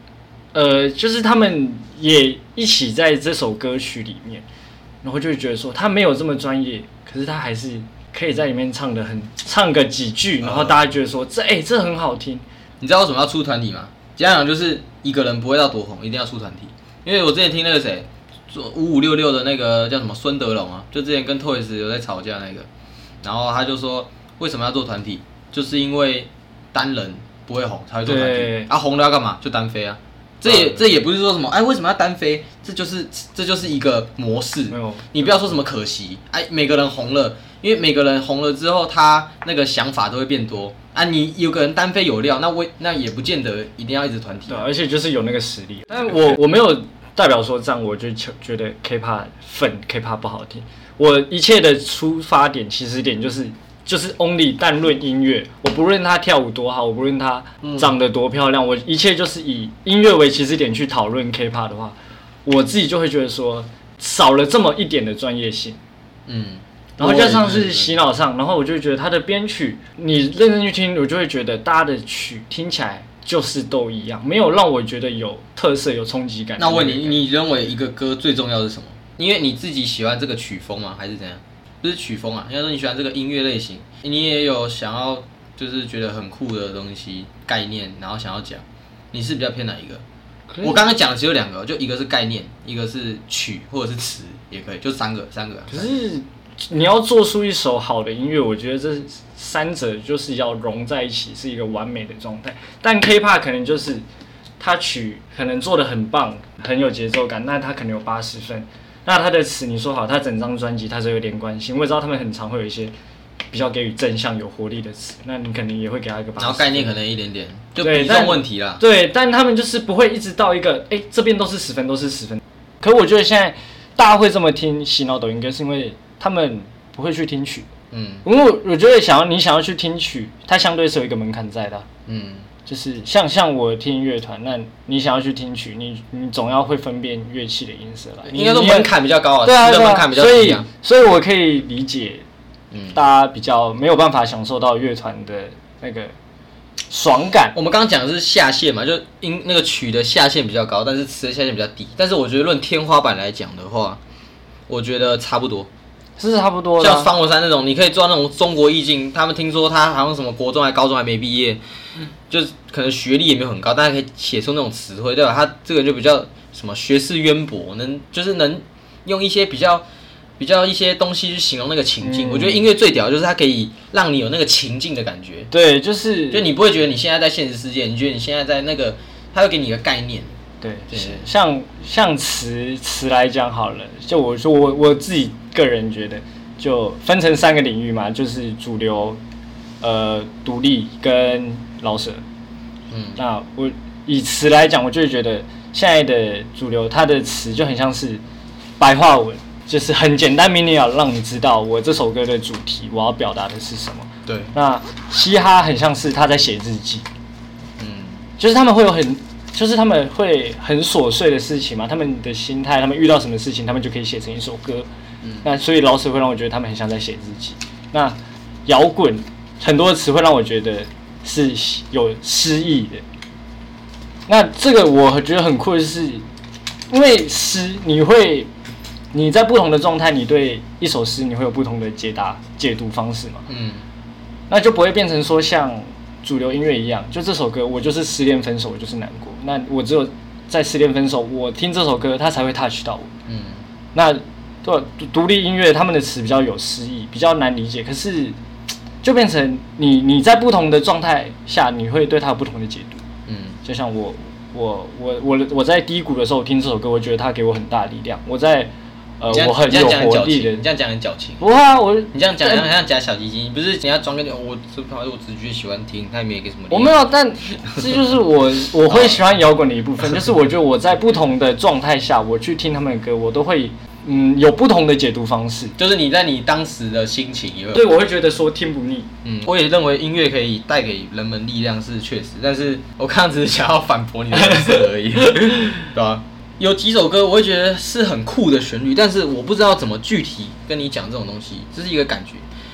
呃，就是他们也一起在这首歌曲里面，然后就会觉得说他没有这么专业，可是他还是可以在里面唱的很唱个几句，然后大家觉得说这哎、欸、这很好听。 你知道为什么要出团体吗？简单讲就是一个人不会到多红，一定要出团体。因为我之前听那个谁，五五六六的那个叫什么孙德龙啊，就之前跟 Toys 有在吵架那个，然后他就说为什么要做团体，就是因为单人不会红才会做团体，啊红了要干嘛？就单飞啊。这也这也不是说什么哎为什么要单飞，这就是这就是一个模式。你不要说什么可惜，哎每个人红了，因为每个人红了之后，他那个想法都会变多啊。你有个人单飞有料，那我那也不见得一定要一直团体、啊。 对，而且就是有那个实力。但我我没有代表说这样，我就觉得 K-pop 粉 K-pop 不好听。我一切的出发点起始点就是就是 only 单论音乐，我不论他跳舞多好，我不论他长得多漂亮，我一切就是以音乐为起始点去讨论 K-pop 的话，我自己就会觉得说少了这么一点的专业性。嗯。然后加上是洗脑上，然后我就觉得他的编曲，你认真去听，我就会觉得大家的曲听起来就是都一样，没有让我觉得有特色、有冲击感。 那我问你，你认为一个歌最重要的是什么？因为你自己喜欢这个曲风吗？还是怎样？不是曲风啊，应该说你喜欢这个音乐类型，你也有想要就是觉得很酷的东西概念，然后想要讲，你是比较偏哪一个？我刚刚讲的只有两个，就一个是概念，一个是曲或者是词也可以，就三个三个。 可是你要做出一首好的音乐，我觉得这三者就是要融在一起，是一个完美的状态。但 K-pop 可能就是它曲可能做得很棒，很有节奏感，那它可能有八十分。那它的词，你说好，它整张专辑它是有连贯性。我也知道他们很常会有一些比较给予正向、有活力的词，那你可能也会给他一个八十分。 然后概念可能一点点，就比重问题啦。 对，但他们就是不会一直到一个，哎、欸，这边都是十分，都是十分。可我觉得现在大家会这么听洗脑抖音歌，是因为他们不会去听曲，嗯，因为我觉得想要你想要去听曲，它相对是有一个门槛在的、啊，嗯，就是像像我听乐团，那你想要去听曲，你你总要会分辨乐器的音色啦， 应该说门槛比较高啊， 对啊，对啊， 门槛比较低啊， 所以所以我可以理解，嗯，大家比较没有办法享受到乐团的那个爽感。 我们刚刚讲的是下限嘛，就音那个曲的下限比较高，但是词的下限比较低，但是我觉得论天花板来讲的话，我觉得差不多。 是差不多的、啊， 像方国山那种，你可以做到那种中国意境。他们听说他好像什么国中还高中还没毕业，嗯、就是可能学历也没有很高，但他可以写出那种词汇，对吧？他这个就比较什么学识渊博，能就是能用一些比较比较一些东西去形容那个情境。嗯、我觉得音乐最屌就是它可以让你有那个情境的感觉。 对，就是就你不会觉得你现在在现实世界，你觉得你现在在那个，他会给你一个概念。 对，对像像词词来讲好了，就我说我我自己个人觉得，就分成三个领域嘛，就是主流、呃独立跟饶舌。嗯，那我以词来讲，我就会觉得现在的主流，它的词就很像是白话文，就是很简单明了，让你知道我这首歌的主题，我要表达的是什么。 对， 那嘻哈很像是他在写日记。嗯，就是他们会有很。就是他们会很琐碎的事情嘛，他们的心态，他们遇到什么事情，他们就可以写成一首歌。嗯，那所以饶舌会让我觉得他们很像在写日记。那摇滚很多词会让我觉得是有诗意的。那这个我觉得很酷的是，因为诗你会你在不同的状态，你对一首诗你会有不同的解答解读方式嘛。嗯，那就不会变成说像主流音乐一样，就这首歌我就是失恋分手，我就是难过。那我只有在失恋分手，我听这首歌，它才会 touch 到我。嗯，那对独立音乐，他们的词比较有诗意，比较难理解。可是就变成你你在不同的状态下，你会对它有不同的解读。嗯，就像我我我我我在低谷的时候听这首歌，我觉得它给我很大的力量。我在呃，我很有活力的。 你这样讲很矫情。 不会啊，我你这样讲很像假小鸡鸡，你不是你要装个我这我只是喜欢听，他也没给什么。 我没有，但这就是我我会喜欢摇滚的一部分，就是我觉得我在不同的状态下，我去听他们的歌，我都会嗯有不同的解读方式。 就是你在你当时的心情也会。 对，我会觉得说听不腻。 嗯，我也认为音乐可以带给人们力量是确实，但是我刚刚只是想要反驳你的人设而已，对吧？有几首歌我会觉得是很酷的旋律，但是我不知道怎么具体跟你讲这种东西，这是一个感觉。因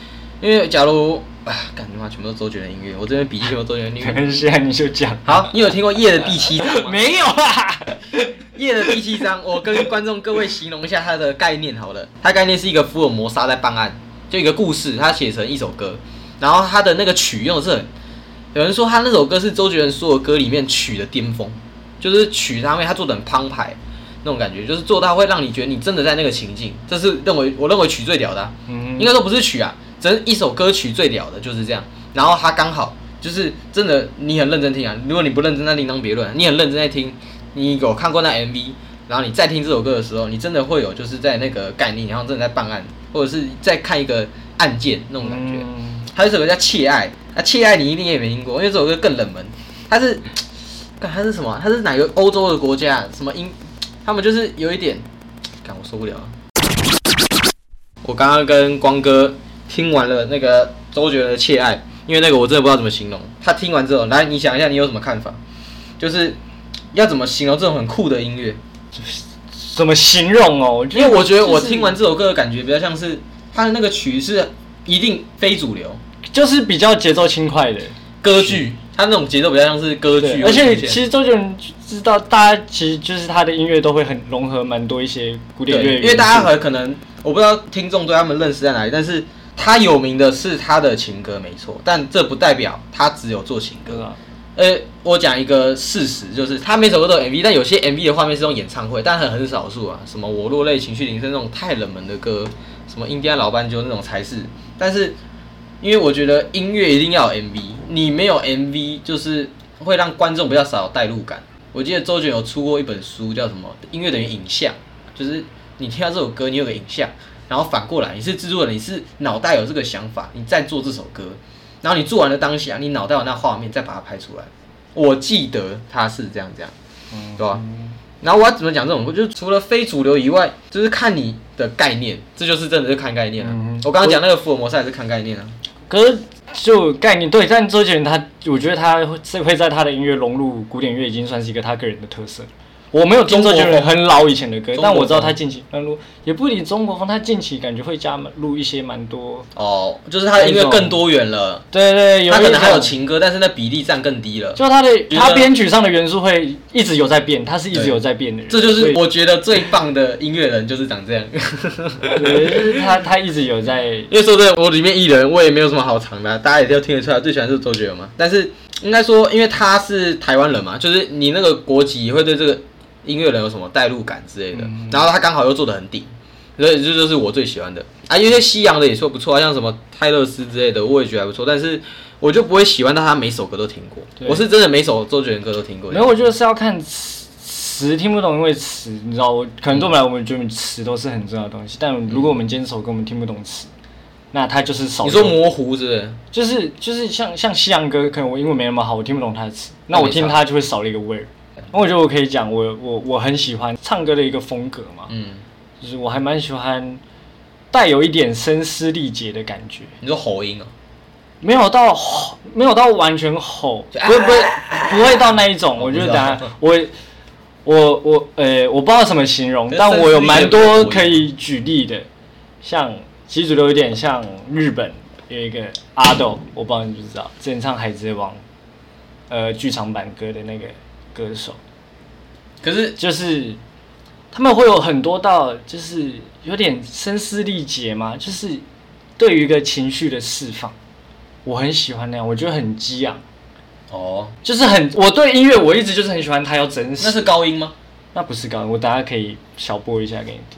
因为假如啊，干他妈全部都周杰伦音乐，我这边笔记全部周杰伦音乐。 没关系啊，你就讲。 好，你有听过《夜的第七章》吗？ 没有啊。 夜的第七章，我跟观众各位形容一下它的概念好了。它概念是一个福尔摩沙在办案，就一个故事，他写成一首歌，然后他的那个曲用的是很，有人说他那首歌是周杰伦所有歌里面曲的巅峰，就是曲上面他做的很澎湃那种感觉，就是做到会让你觉得你真的在那个情境，这是认为我认为曲最屌的、啊，嗯、应该说不是曲啊，整一首歌曲最屌的就是这样。然后他刚好就是真的你很认真听啊，如果你不认真那另当别论，你很认真在听。你有看过那 M V， 然后你再听这首歌的时候，你真的会有就是在那个概念，然后真的在办案，或者是在看一个案件那种感觉。嗯、还有一首歌叫《窃爱》，那《窃爱》你一定也没听过，因为这首歌更冷门。它是，它是什么？它是哪个欧洲的国家？什么音？他们就是有一点，看我受不了了。我刚刚跟光哥听完了那个周杰伦的《窃爱》，因为那个我真的不知道怎么形容。他听完之后，来你想一下，你有什么看法？就是。要怎么形容这种很酷的音乐？ 怎么形容哦？ 因为我觉得我听完这首歌的感觉比较像是它的那个曲是一定非主流， 就是比较节奏轻快的歌剧，它那种节奏比较像是歌剧。 而且其实周杰伦知道，大家其实就是他的音乐都会很融合蛮多一些古典乐， 因为大家可能我不知道听众对他们认识在哪里，但是他有名的是他的情歌没错，但这不代表他只有做情歌。呃，我讲一个事实，就是他每首歌都有 M V， 但有些 M V 的画面是用演唱会，但很很少数啊。什么我落泪、情绪铃声那种太冷门的歌，什么印第安老斑鸠那种才是。但是，因为我觉得音乐一定要有 M V， 你没有 M V， 就是会让观众比较少有代入感。我记得周杰伦有出过一本书，叫什么《音乐等于影像》，就是你听到这首歌，你有个影像，然后反过来，你是制作人，你是脑袋有这个想法，你再做这首歌。然后你做完了当下，你脑袋有那画面，再把它拍出来。我记得他是这样这样，对吧？然后我要怎么讲这种？就是除了非主流以外，就是看你的概念，这就是真的是看概念了、啊。我刚刚讲那个福尔摩斯也是看概念啊。 可是就概念对，但周杰伦他，我觉得他会会在他的音乐融入古典乐，已经算是一个他个人的特色。我没有听周杰伦很老以前的歌，但我知道他近期录也不以中国风，他近期感觉会加录一些蛮多哦，就是他的音乐更多元了。 对对，有他可能还有情歌，但是那比例占更低了。 就他的他编曲上的元素会一直有在变，他是一直有在变的人。 这就是我觉得最棒的音乐人，就是长这样。 对，就是他他一直有在。 因为说真的，我里面艺人我也没有什么好藏的、啊，大家也都听得出来，最喜欢是周杰伦嘛。但是应该说，因为他是台湾人嘛，就是你那个国籍也会对这个。音乐人有什么代入感之类的，嗯、然后他刚好又做得很顶，所以这就是我最喜欢的啊。有些西洋的也说不错啊，像什么泰勒斯之类的，我也觉得还不错。但是我就不会喜欢到他每首歌都听过，我是真的每首周杰伦歌都听过。 没有，我觉得是要看词，词听不懂，因为词你知道，我可能对我们来，我们觉得词都是很重要的东西。但如果我们今天这首歌我们听不懂词，那它就是少。 你说模糊是不是？ 就是就是像像西洋歌，可能我英文没那么好，我听不懂它的词，那我听它就会少了一个味儿。我觉得我可以讲，我我我很喜欢唱歌的一个风格嘛，嗯，就是我还蛮喜欢带有一点声嘶力竭的感觉。 你说吼音哦？ 没有到吼，没有到完全吼，不会不会不会到那一种。我觉得等下我我我呃我不知道怎么形容，但我有蛮多可以举例的，像其实主流有点像日本有一个阿斗，我不知道你知不知道，之前唱《海贼王》呃剧场版歌的那个。歌手， 可是就是他们会有很多到，就是有点声嘶力竭嘛，就是对于一个情绪的释放，我很喜欢那样，我觉得很激昂。哦，就是很，我对音乐我一直就是很喜欢它要真实。 那是高音吗？ 那不是高音，我等下可以小播一下给你听。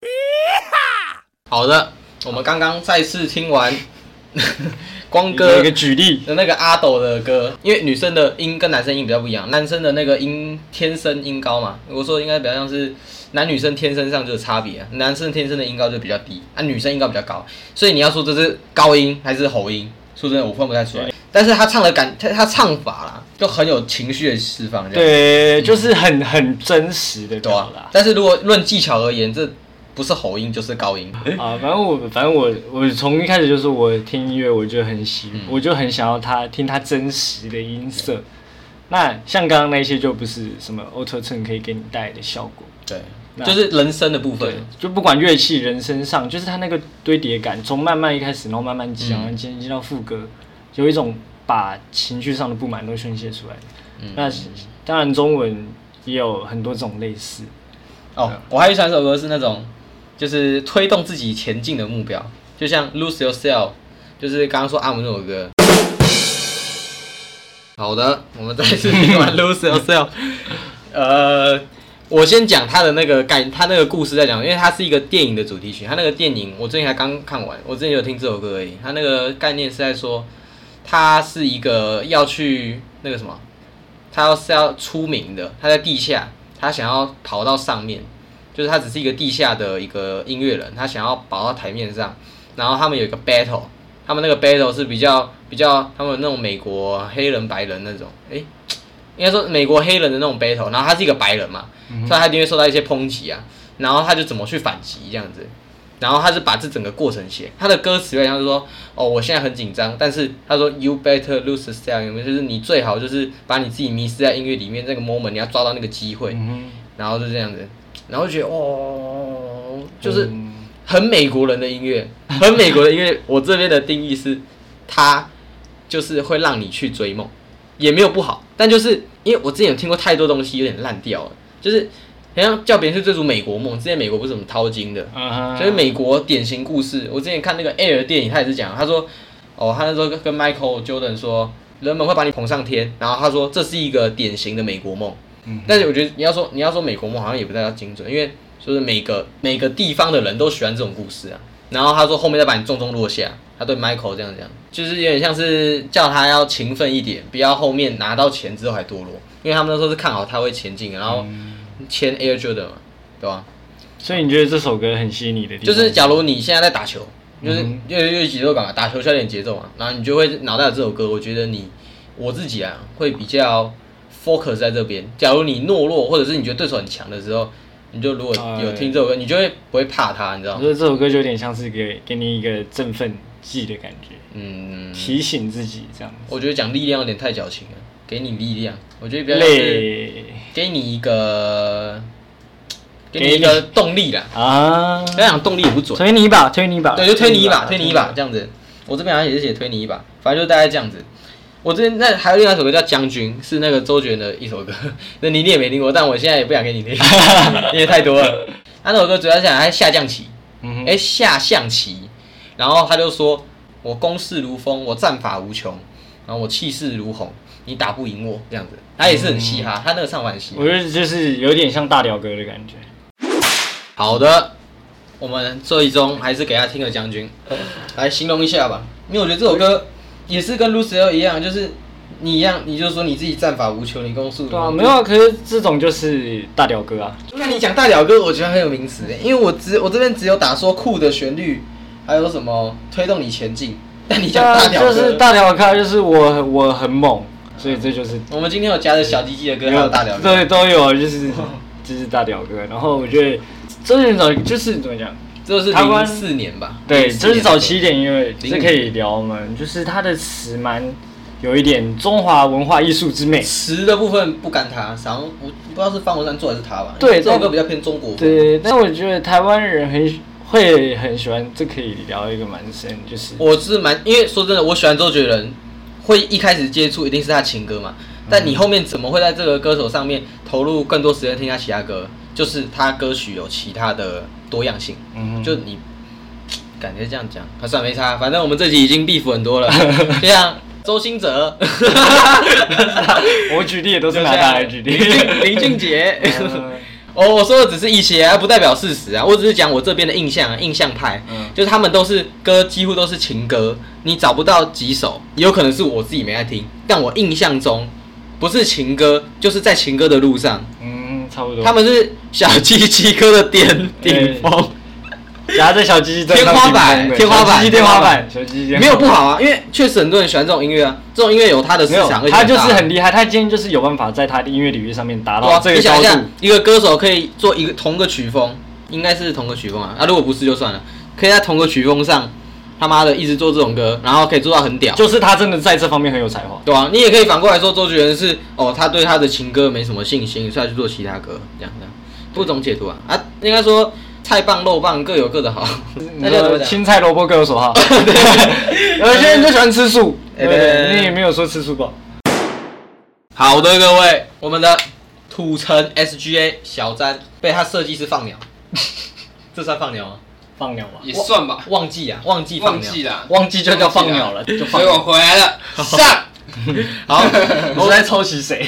好的，我们刚刚再次听完。光哥有一个举例的那个阿斗的歌，因为女生的音跟男生音比较不一样，男生的那个音天生音高嘛，我说应该比较像是男女生天生上就有差别、啊，男生天生的音高就比较低，啊女生音高比较高，所以你要说这是高音还是吼音，说真的我分不太出来。但是他唱的感，他他唱法啦，就很有情绪的释放，这样对，就是很很真实的表达、啊。 但是如果论技巧而言，这不是吼音就是高音啊，反正我反正我我从一开始就是我听音乐我就很喜，嗯、我就很想要他听他真实的音色。那像刚刚那些就不是什么 Auto Tune 可以给你带来的效果。 对， 就是人声的部分， 就不管乐器、人声上，就是它那个堆叠感，从慢慢一开始，然后慢慢讲，然后接到副歌，有一种把情绪上的不满都宣泄出来。嗯、那当然中文也有很多这种类似。 哦，我还有一首歌是那种，就是推动自己前进的目标，就像 Lose Yourself， 就是刚刚说阿姆那首歌。好的，我们再次听完 Lose Yourself。呃，我先讲他的那个概，他那个故事在讲，因为它是一个电影的主题曲。他那个电影我最近才刚看完，我之前有听这首歌而已。他那个概念是在说，他是一个要去那个什么，他要是要出名的，他在地下，他想要跑到上面，就是他只是一个地下的一个音乐人，他想要跑到台面上，然后他们有一个 battle， 他们那个 battle 是比较比较他们那种美国黑人白人那种，哎、欸。应该说美国黑人的那种 battle， 然后他是一个白人嘛，嗯、所以他一定会受到一些抨击啊，然后他就怎么去反击这样子，然后他是把这整个过程写，他的歌词有点像是说，哦，我现在很紧张，但是他说 You better lose yourself， 有没有？就是你最好就是把你自己迷失在音乐里面，这个 moment 你要抓到那个机会，嗯、然后就这样子，然后就觉得哦，就是很美国人的音乐，很美国的音乐。我这边的定义是，它就是会让你去追梦。也没有不好，但就是因为我之前有听过太多东西有点烂掉了，就是好像叫别人去追逐美国梦。之前美国不是什么淘金的， uh-huh. 所以美国典型故事。我之前看那个 Air 电影，他也是讲，他说，哦，他那时候跟 Michael Jordan 说，人们会把你捧上天，然后他说这是一个典型的美国梦。Uh-huh. 但是我觉得你要说你要说美国梦，好像也不太要精准，因为就是每个每个地方的人都喜欢这种故事啊。然后他说后面再把你重重落下，他对 Michael 这样讲，就是有点像是叫他要勤奋一点，不要后面拿到钱之后还堕落，因为他们那时候是看好他会前进，然后签 Air Jordan 嘛，对吧？ 所以你觉得这首歌很吸引你的地方？ 就是假如你现在在打球，就是因为有节奏感嘛，打球需要点节奏嘛，然后你就会脑袋有这首歌，我觉得你我自己啊会比较 focus 在这边。假如你懦弱，或者是你觉得对手很强的时候。你就如果有听这首歌，你就会不会怕他，你知道吗？ 我觉得这首歌就有点像是给给你一个振奋剂的感觉，嗯，提醒自己这样。 我觉得讲力量有点太矫情了，给你力量，我觉得比较是给你一个，给你一个动力啦。啊，这样讲动力也不准。 推你一把，推你一把。 对，就推你一把，推你一把这样子。我这边好像也是写推你一把，反正就大概这样子。我这边那还有另外一首歌叫《将军》，是那个周杰伦的一首歌，那你也没听过，但我现在也不想给你听，因为太多了。他那首歌主要是讲他下象棋，哎、嗯欸、下象棋，然后他就说我攻势如风，我战法无穷，然后我气势如虹，你打不赢我这样子。他也是很嘻哈，他那个唱法很嘻哈。 我觉得就是有点像大屌哥的感觉。 好的，我们最终还是给他听了《将军》，来形容一下吧，因为我觉得这首歌。也是跟 Lucio 一样，就是你一样，你就说你自己战法无穷，你攻速。 对啊，没有啊，可是这种就是大屌哥啊。 那你讲大屌哥，我觉得很有名词诶，因为我只我这边只有打说酷的旋律，还有什么推动你前进。但你讲大屌哥， 就是大屌哥，就是我我很猛，所以这就是我们今天有加的小鸡鸡的歌，还有大屌哥， 对，都有，就是就是大屌哥。然后我觉得周杰伦就是怎么讲？ 这是零四年吧？ 对，这是早期一点，因为这可以聊我们，就是他的词蛮有一点中华文化艺术之美。 词的部分不干他，好像我不知道是方文山做还是他吧？ 对， 这首歌比较偏中国风。 对，但我觉得台湾人很会很喜欢，这可以聊一个蛮深，就是我是蛮，因为说真的，我喜欢周杰伦，会一开始接触一定是他情歌嘛，但你后面怎么会在这个歌手上面投入更多时间听他其他歌？就是他歌曲有其他的多样性，嗯、就你感觉这样讲，他算没差。反正我们这集已经 beef 很多了，就像周兴哲， 我举例也都是拿他来举例。 林俊杰，我我说的只是一些，不代表事实啊。我只是讲我这边的印象，印象派，嗯、就是他们都是歌，几乎都是情歌，你找不到几首，也有可能是我自己没爱听，但我印象中不是情歌，就是在情歌的路上。嗯差不多， 他们是小鸡鸡歌的巅顶峰， 夹在小鸡鸡天花板，天花板， 天花板，小鸡鸡没有不好啊，因为确实很多人喜欢这种音乐啊，这种音乐有它的市场， 他就是很厉害，他今天就是有办法在他的音乐领域上面达到这个高度。 你想一下，一个歌手可以做一个同个曲风，应该是同个曲风啊，啊如果不是就算了，可以在同个曲风上。他妈的，一直做这种歌，然后可以做到很屌， 就是他真的在这方面很有才华， 对啊，你也可以反过来说，周杰伦是哦，他对他的情歌没什么信心，所以他去做其他歌，这样这样。 不怎么解读啊啊，应该说菜棒肉棒各有各的好， 那叫青菜萝卜各有所好。有些人就喜欢吃素，对不对？你也没有说吃素不好。 好的，各位，我们的土城 S G A 小詹被他设计师放鸟，这算放鸟吗？ 放鸟吧， 也算吧。 忘记啊，忘记放鸟， 忘记了， 忘记就叫放鸟了，就放。 所以我回来了，上。 好， 我在抄袭谁？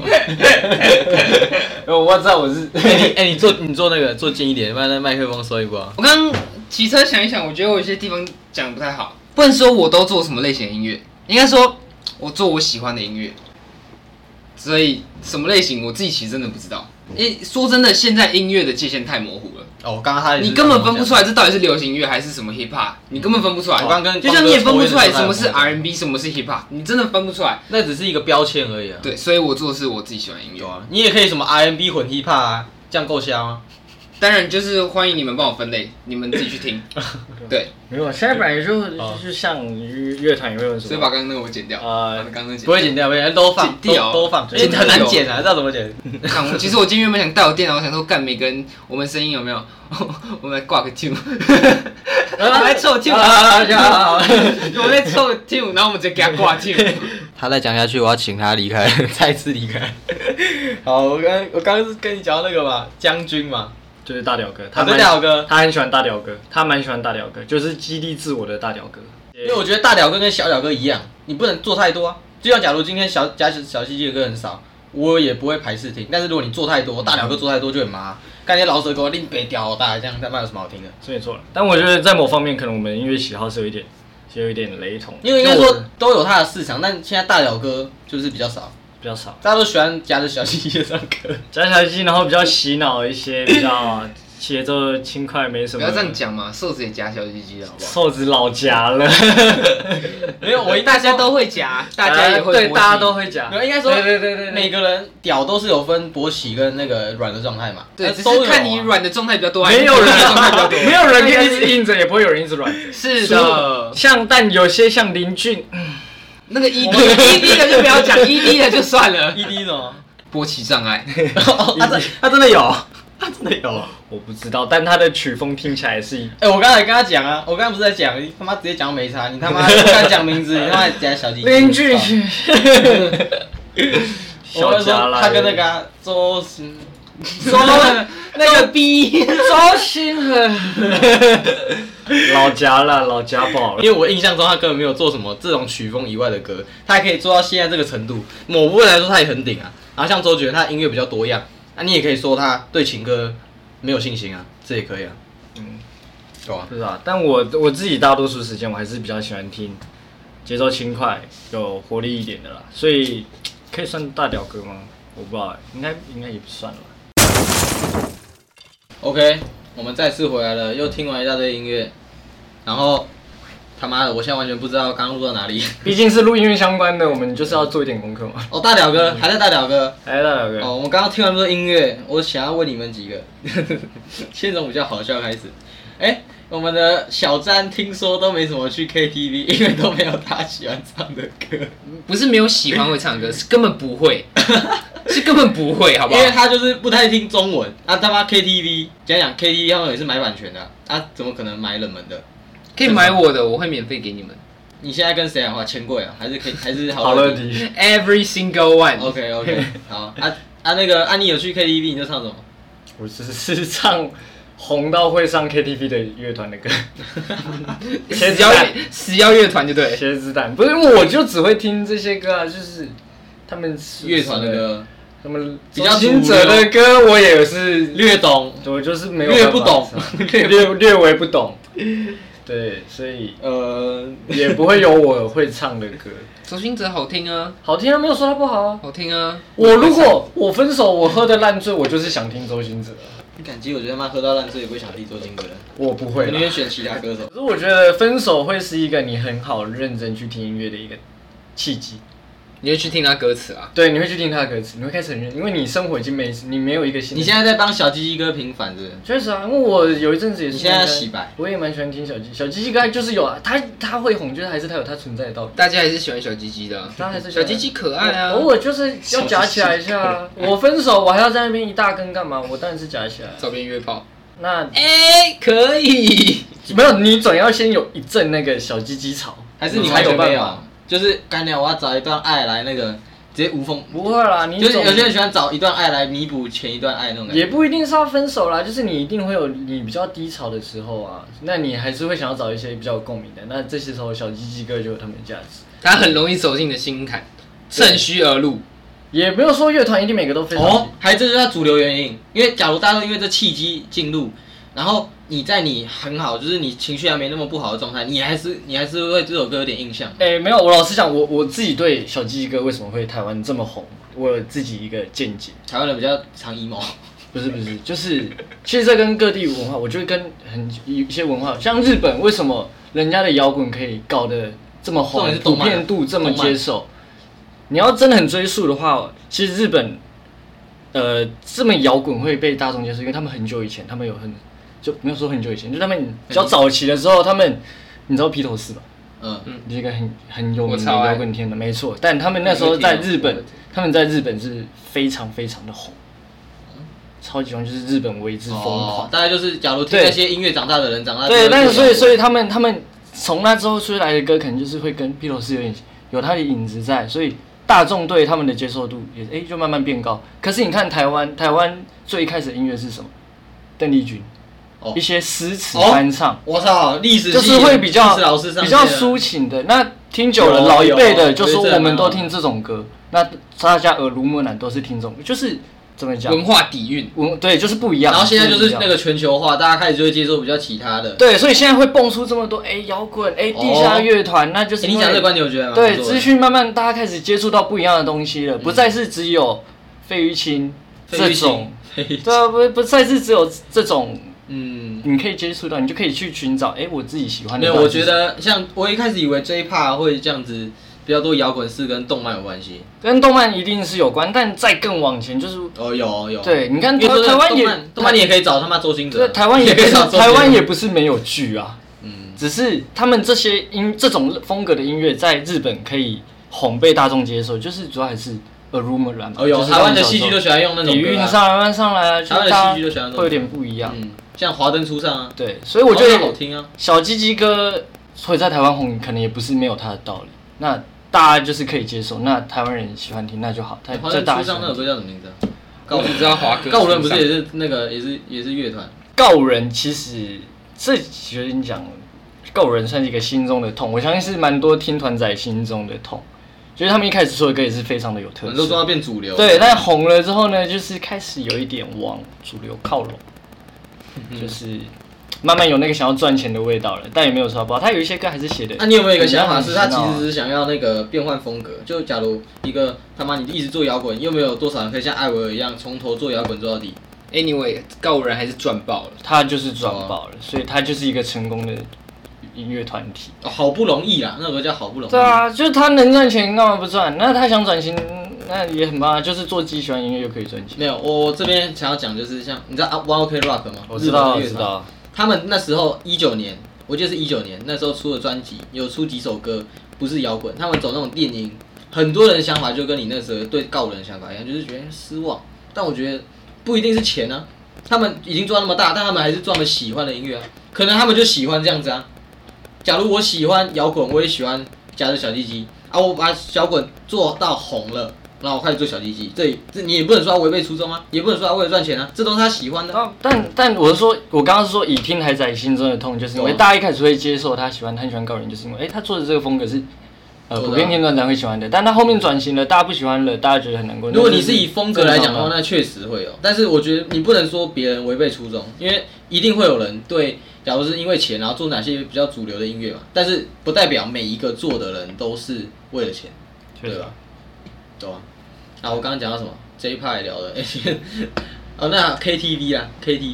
我知道我是。 哎、你哎、欸，你坐你坐那个坐近一点，不然那麦克风收一波。 我刚刚骑车想一想，我觉得我有些地方讲的不太好，不能说我都做什么类型的音乐，应该说我做我喜欢的音乐。所以什么类型我自己其实真的不知道。诶，说真的，现在音乐的界限太模糊了。 哦，刚刚他你根本分不出来这到底是流行音乐还是什么 hip hop， 你根本分不出来。 我刚跟就像你也分不出来什么是 R and B， 什么是 hip hop， 你真的分不出来。 那只是一个标签而已啊。 对，所以我做的是我自己喜欢的音乐。 啊，你也可以什么 R and B 混 hip hop 啊，这样够香吗？ 当然，就是欢迎你们帮我分类，你们自己去听。对， 没有，现在本来就就是像乐团也会有什么， 所以把刚刚那个我剪掉。呃，刚刚不会剪掉，不会都放，都都放，剪很难剪啊，知道怎么剪？ 看，我其实我今天原本想带我电脑，我想说干每个人我们声音有没有？我们来挂个 tune， 我们来凑 tune， 我们来凑个 tune， 然后我们直接给他挂 tune。 他再讲下去，我要请他离开，再次离开。好，我刚我刚刚是跟你讲到那个嘛，将军嘛。 就是大屌哥， 他是大屌哥， 他很喜欢大屌哥，他蛮喜欢大屌哥，就是激励自我的大屌哥。 因为我觉得大屌哥跟小屌哥一样，你不能做太多啊。就像假如今天小加小鸡鸡的歌很少，我也不会排斥听。但是如果你做太多，大屌哥做太多就很麻。干些老舌歌另北屌大，这样他妈有什么好听的？ 所以错了。但我觉得在某方面，可能我们的音乐喜好是有一点，是有一点雷同。 因为应该说都有它的市场，但现在大屌哥就是比较少。 比较少， 大家都喜欢夹着小鸡鸡唱歌， 夹小鸡鸡，然后比较洗脑一些，比较节奏轻快，没什么。 不要这样讲嘛，瘦子也夹小鸡鸡了，好不好？ 瘦子老夹了， 没有，我大家都会夹，大家也会对，大家都会夹。 没有，应该说， 对对对对， 每个人屌都是有分勃起跟那个软的状态嘛。 对，只是看你软的状态比较多， 没有人状态比较多，没有人可以一直硬着，也不会有人一直软。 是的， 像但有些像林俊。 那个 E D E D 的就不要讲 ，E D 的就算了。 E D 什么？ 勃起障碍。 他真他真的有，他真的有。 我不知道，但他的曲风听起来是。 哎、欸，我刚才跟他讲啊，我刚才不是在讲，你他妈直接讲没差，你他妈不敢讲名字，你他妈讲小鸡鸡。 邻居。 小家啦。他跟那个、啊、周星。 说那个 B 周星河，老家了，老家宝了。 因为我印象中他根本没有做什么这种曲风以外的歌，他还可以做到现在这个程度，某部分来说他也很顶啊。然后像周杰伦，他的音乐比较多样，那、啊、你也可以说他对情歌没有信心啊，这也可以啊。嗯，对吧？ 是啊，但我我自己大多数时间我还是比较喜欢听节奏轻快、有活力一点的啦，所以可以算大屌歌吗？我不知道，应该应该也不算了吧。 OK， 我们再次回来了，又听完一大堆音乐，然后他妈的，我现在完全不知道刚录到哪里。 毕竟是录音乐相关的，我们就是要做一点功课嘛。 哦，大屌哥还在大屌哥， 还在大屌哥。 哦，我们刚刚听完这么多音乐，我想要问你们几个，先从比较好笑开始。哎、欸，我们的小詹听说都没怎么去 K T V， 因为都没有他喜欢唱的歌。 不是没有喜欢会唱歌，是根本不会。是根本不会，好不好？ 因为他就是不太听中文，啊他妈 K T V 讲讲 K T V 他们也是买版权的、啊，啊怎么可能买冷门的？ 可以买我的，我会免费给你们。 你现在跟谁讲话？钱柜啊，还是可以，还是好乐迪 ？Every single one。OK OK， 好啊啊那个啊你有去 K T V 你就唱什么？ 我只是唱红到会上 K T V 的乐团的歌， 死妖死妖乐团就对， 茄子蛋不是我就只会听这些歌啊，就是他们乐团的歌。 他们比较听者的歌，我也是略懂， 我就是没有略不懂， 略略微不懂。对，所以呃也不会有我会唱的歌。 周兴哲好听啊， 好听啊，没有说他不好啊， 好听啊。 我如果我分手，我喝的烂醉，我就是想听周兴哲。 你感激，我觉得他妈喝到烂醉也不会想听周兴哲。 我不会， 我宁愿选其他歌手。 可是我觉得分手会是一个你很好认真去听音乐的一个契机。 你会去听他歌词啊？ 对，你会去听他的歌词，你会开始很认真，因为你生活已经没你没有一个新。 你现在在帮小鸡鸡哥平反，是不是？ 确实啊，因为我有一阵子也是。 你现在洗白。 我也蛮喜欢听小鸡小鸡鸡哥，就是有啊，他他会红，就是还是他有他存在的道理。 大家还是喜欢小鸡鸡的、啊， 他还是小鸡鸡可爱啊。 偶尔就是要夹起来一下、啊。我分手，我还要在那边一大根干嘛？我当然是夹起来。 找别人约炮。 那哎、欸，可以。 没有，你总要先有一阵那个小鸡鸡潮， 还是你还有办法？就是干掉，我要找一段爱来那个直接无缝。 不会啦，你就是有些人喜欢找一段爱来弥补前一段爱那种感觉。 也不一定是要分手啦，就是你一定会有你比较低潮的时候啊，那你还是会想要找一些比较有共鸣的。那这些时候小鸡鸡歌就有他们的价值。 他很容易走进你的心坎，趁虚而入。 也没有说乐团一定每个都非常哦，还这就是它主流原因。因为假如大家都因为这契机进入，然后你在你很好，就是你情绪还没那么不好的状态，你还是你还是会对这首歌有点印象。 哎、欸，没有，我老实讲，我我自己对小鸡鸡歌为什么会台湾这么红，我有自己一个见解。 台湾人比较常 emo。 不是不是，就是其实这跟各地文化，我觉得跟很一些文化，像日本为什么人家的摇滚可以搞得这么红，普遍度这么接受？你要真的很追溯的话，其实日本，呃，这么摇滚会被大众接受，因为他们很久以前，他们有很就没有说很久以前，就他们比较早期的时候，他们你知道披头士吧？嗯嗯，是一个很很有名的摇滚天的，没错。但他们那时候在日本，他们在日本是非常非常的红。超级红，就是日本为之疯狂、 哦。大概就是假如听那些音乐长大的人长大。 对，但是所以所以他们他们从那之后出来的歌，可能就是会跟披头士有点有他的影子在，所以大众对他们的接受度也哎、欸、就慢慢变高。可是你看台湾，台湾最一开始的音乐是什么？邓丽君。哦、一些诗词翻唱， 哦、我操，历史就是会比较比较抒情的。那听久了，老一辈的就说我们都听这种歌，那大家耳濡目染都是听这种，就是怎么讲？ 文化底蕴， 文对，就是不一样。 然后现在就是那个全球化，大家开始就会接受比较其他的。 对，所以现在会蹦出这么多哎摇滚哎地下乐团，那就是、 欸、你讲这个观点，我觉得对资讯慢慢大家开始接触到不一样的东西了，不再是只有费玉清这种，对啊，不不再是只有这种。嗯，你可以接触到，你就可以去寻找，哎、欸，我自己喜欢的。 没有，我觉得像我一开始以为 J-Pop 会这样子，比较多摇滚是跟动漫有关系， 跟动漫一定是有关，但再更往前就是哦有有， 对，你看台台湾也， 动漫你也可以找他妈周星哲， 台湾也可以找台湾也不是没有剧啊，嗯，只是他们这些音这种风格的音乐在日本可以红被大众接受，就是主要还是。耳濡目染。 哦，有台湾的戏剧都喜欢用那种底蕴上来上来啊， 台湾的戏剧都喜欢会有点不一样。 嗯，像华灯初上啊。 对，所以我觉得好听啊。 小鸡鸡歌会在台湾红，可能也不是没有它的道理。那大家就是可以接受，那台湾人喜欢听那就好。 华灯初上那首歌叫什么名字啊？ 告你知道华歌。 告五人不是也是那个也是也是乐团？ 告五人其实这其实你讲，告五人算是一个心中的痛，我相信是蛮多听团仔心中的痛。就是他们一开始出的歌也是非常的有特色， 很多都要变主流。 对，但红了之后呢，就是开始有一点往主流靠拢，嗯、就是慢慢有那个想要赚钱的味道了。但也没有说不好，他有一些歌还是写的。 那、啊、你有没有一个想法是，他其实只是想要那个变换风格？就假如一个他妈你一直做摇滚，又没有多少人可以像艾薇儿一样从头做摇滚做到底。 Anyway， 告五人还是赚爆了， 他就是赚爆了，所以他就是一个成功的。音乐团体、 哦，好不容易啦，那个叫好不容易。 对啊，就是他能赚钱，干嘛不赚？那他想转型，那也很棒啊，就是做自己喜欢音乐就可以赚钱。 没有，我这边想要讲就是像你知道 One OK Rock 吗？ 我知道，我知道。 他们那时候一九年，我记得是一九年，那时候出的专辑有出几首歌不是摇滚，他们走那种电音。很多人的想法就跟你那时候对告人的想法一样，就是觉得失望。但我觉得不一定是钱啊，他们已经做到那么大，但他们还是做他们喜欢的音乐啊。可能他们就喜欢这样子啊。假如我喜欢摇滚，我也喜欢夹着小鸡鸡啊！我把摇滚做到红了，然后我开始做小鸡鸡，这这你也不能说他违背初衷啊，也不能说他为了赚钱啊，这都是他喜欢的。 啊、但但我是说，我刚刚是说以听海仔心中的痛，就是因为大家一开始会接受他喜欢，他很喜欢告人，就是因为哎、欸、他做的这个风格是呃普遍听众才会喜欢的，但他后面转型了，大家不喜欢了，大家觉得很难过。 如果你是以风格来讲的话，那确实会有，但是我觉得你不能说别人违背初衷，因为一定会有人对。假如是因为钱，然后做哪些比较主流的音乐嘛，但是不代表每一个做的人都是为了钱，对吧？懂啊？啊，我刚刚讲到什么 ？J-Pop 聊的，哦，那 K T V 啊 ，K T V，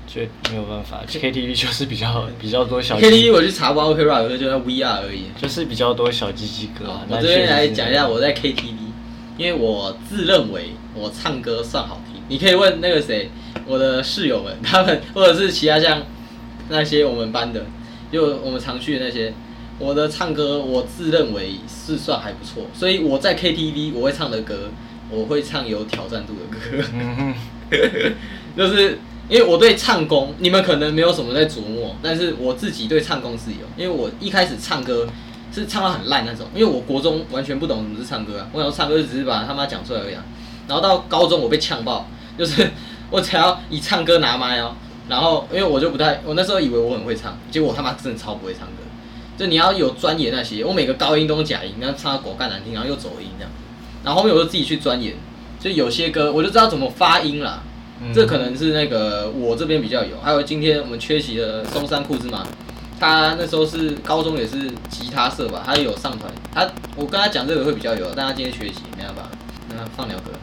就没有办法 ，K T V 就是比较比较多小 K T V 我去查不到 OK Rock 有个就叫 V R 而已， 就是比较多小鸡鸡歌啊。 我这边来讲一下我在 K T V， 因为我自认为我唱歌算好听，你可以问那个谁，我的室友们，他们或者是其他像那些我们班的，就我们常去的那些，我的唱歌我自认为是算还不错，所以我在 K T V 我会唱的歌，我会唱有挑战度的歌，嗯、就是因为我对唱功，你们可能没有什么在琢磨，但是我自己对唱功是有，因为我一开始唱歌是唱到很烂那种，因为我国中完全不懂什么是唱歌啊，我想唱歌只是把他妈讲出来而已啊，然后到高中我被呛爆，就是我只要一唱歌拿麦哦。然后，因为我就不太，我那时候以为我很会唱，结果我他妈真的超不会唱歌。就你要有钻研那些，我每个高音都是假音，然后唱到狗干难听，然后又走音这样。然后后面我就自己去钻研，就有些歌我就知道怎么发音啦。嗯、这可能是那个我这边比较有，还有今天我们缺席的松山库兹马，他那时候是高中也是吉他社吧，他也有上团。他我跟他讲这个会比较有，但他今天缺席，没办法，那放鸟歌。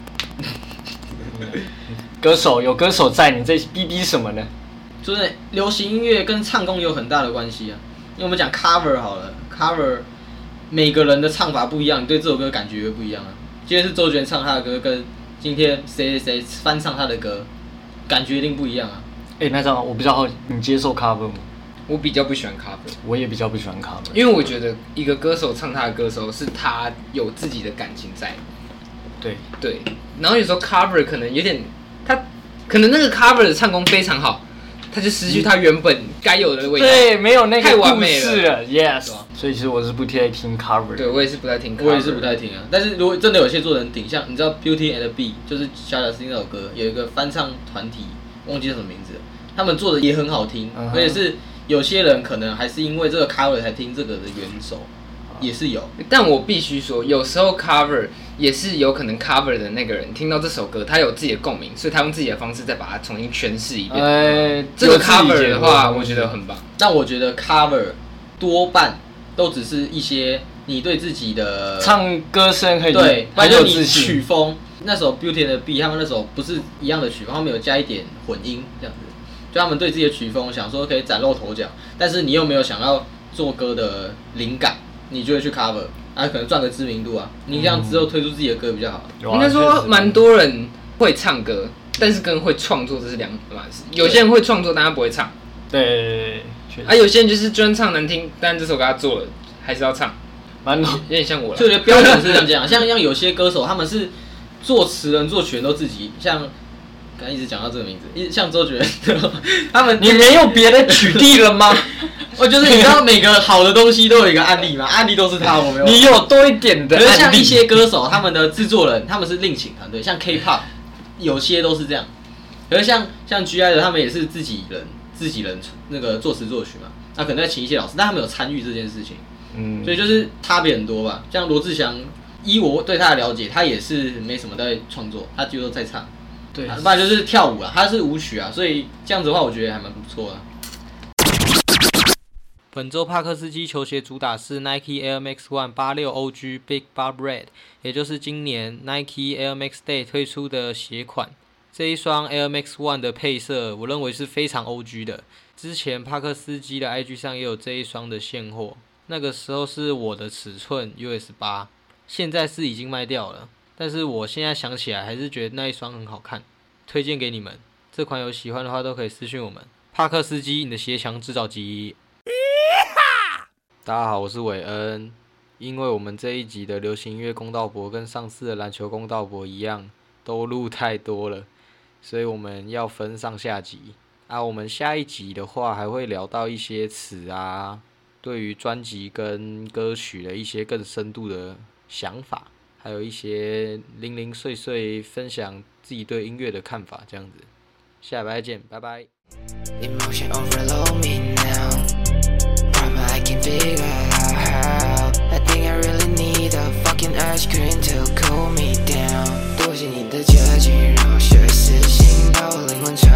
歌手有歌手在，你在逼逼什么呢？ 就是流行音乐跟唱功有很大的关系啊。因为我们讲 cover 好了 ，cover 每个人的唱法不一样，你对这首歌感觉不一样啊。今天是周杰伦唱他的歌，跟今天谁谁谁翻唱他的歌，感觉一定不一样啊。 哎、欸，那这样我比较好，你接受 cover 吗？ 我比较不喜欢 cover， 我也比较不喜欢 cover， 因为我觉得一个歌手唱他的歌手是他有自己的感情在。 对对，然后有时候 cover 可能有点。他可能那个 cover 的唱功非常好，他就失去他原本该有的味道。 对，没有那个太完美了。Yes， 所以其实我是不太听 cover 的。 对，我也是不太听 cover。 我也是不太听啊。但是如果真的有些做人顶，像你知道 Beauty and the Beast， 就是小小斯那首歌，有一个翻唱团体，忘记叫什么名字了，他们做的也很好听，嗯、而且是有些人可能还是因为这个 cover 才听这个的原首，也是有。 但我必须说，有时候 cover。也是有可能 cover 的那个人听到这首歌，他有自己的共鸣，所以他用自己的方式再把它重新诠释一遍。呃，这个 cover 的话，我觉得很棒。 但我觉得 cover 多半都只是一些你对自己的唱歌声很对，不然就你曲风。那首 Beauty and the Beast 他们那首不是一样的曲风，他们有加一点混音这样子，就他们对自己的曲风想说可以崭露头角，但是你又没有想要做歌的灵感，你就会去 cover。啊，可能赚个知名度啊！你这样之后推出自己的歌比较好。 嗯、应该说，蛮多人会唱歌，但是跟会创作这是两码事。有些人会创作，但他不会唱。 对， 啊，有些人就是专唱难听，但这首歌他做了，还是要唱。蛮多，有点像我了。 所以我觉得标准是这样讲，像像有些歌手，他们是作词人、作曲人都自己，像刚才一直讲到这个名字，一像周杰伦，他们你没有别的取缔了吗？ 我就是你知道每个好的东西都有一个案例嘛，案例都是他，我没有。 你有多一点的案例。 可是像一些歌手，他们的制作人他们是另请团队，像 K-pop， 有些都是这样。可是像像 G I 的他们也是自己人自己人那个作词作曲嘛，那可能在请一些老师，但他们有参与这件事情，嗯，所以就是差别很多吧。像罗志祥，依我对他的了解，他也是没什么在创作，他就都在唱，对，不然就是跳舞啦，他是舞曲啊，所以这样子的话，我觉得还蛮不错的。本周帕克斯基球鞋主打是 Nike Air Max One 八六 O G Big Bob Red， 也就是今年 Nike Air Max Day 推出的鞋款。这一双 Air Max One 的配色，我认为是非常 O G 的。之前帕克斯基的 I G 上也有这一双的现货，那个时候是我的尺寸 U S 八， 现在是已经卖掉了。但是我现在想起来还是觉得那一双很好看，推荐给你们。这款有喜欢的话都可以私讯我们。帕克斯基，你的鞋墙制造机。大家好，我是韦恩。因为我们这一集的流行音乐公道博跟上次的篮球公道博一样，都录太多了，所以我们要分上下集。啊，我们下一集的话还会聊到一些词啊，对于专辑跟歌曲的一些更深度的想法，还有一些零零碎碎分享自己对音乐的看法，这样子。下礼拜见，拜拜。Emotion overload me now. Problem I can figure out how. I think I really need a fucking ice cream to cool me down. 多谢你的结局，让我学识心到灵魂。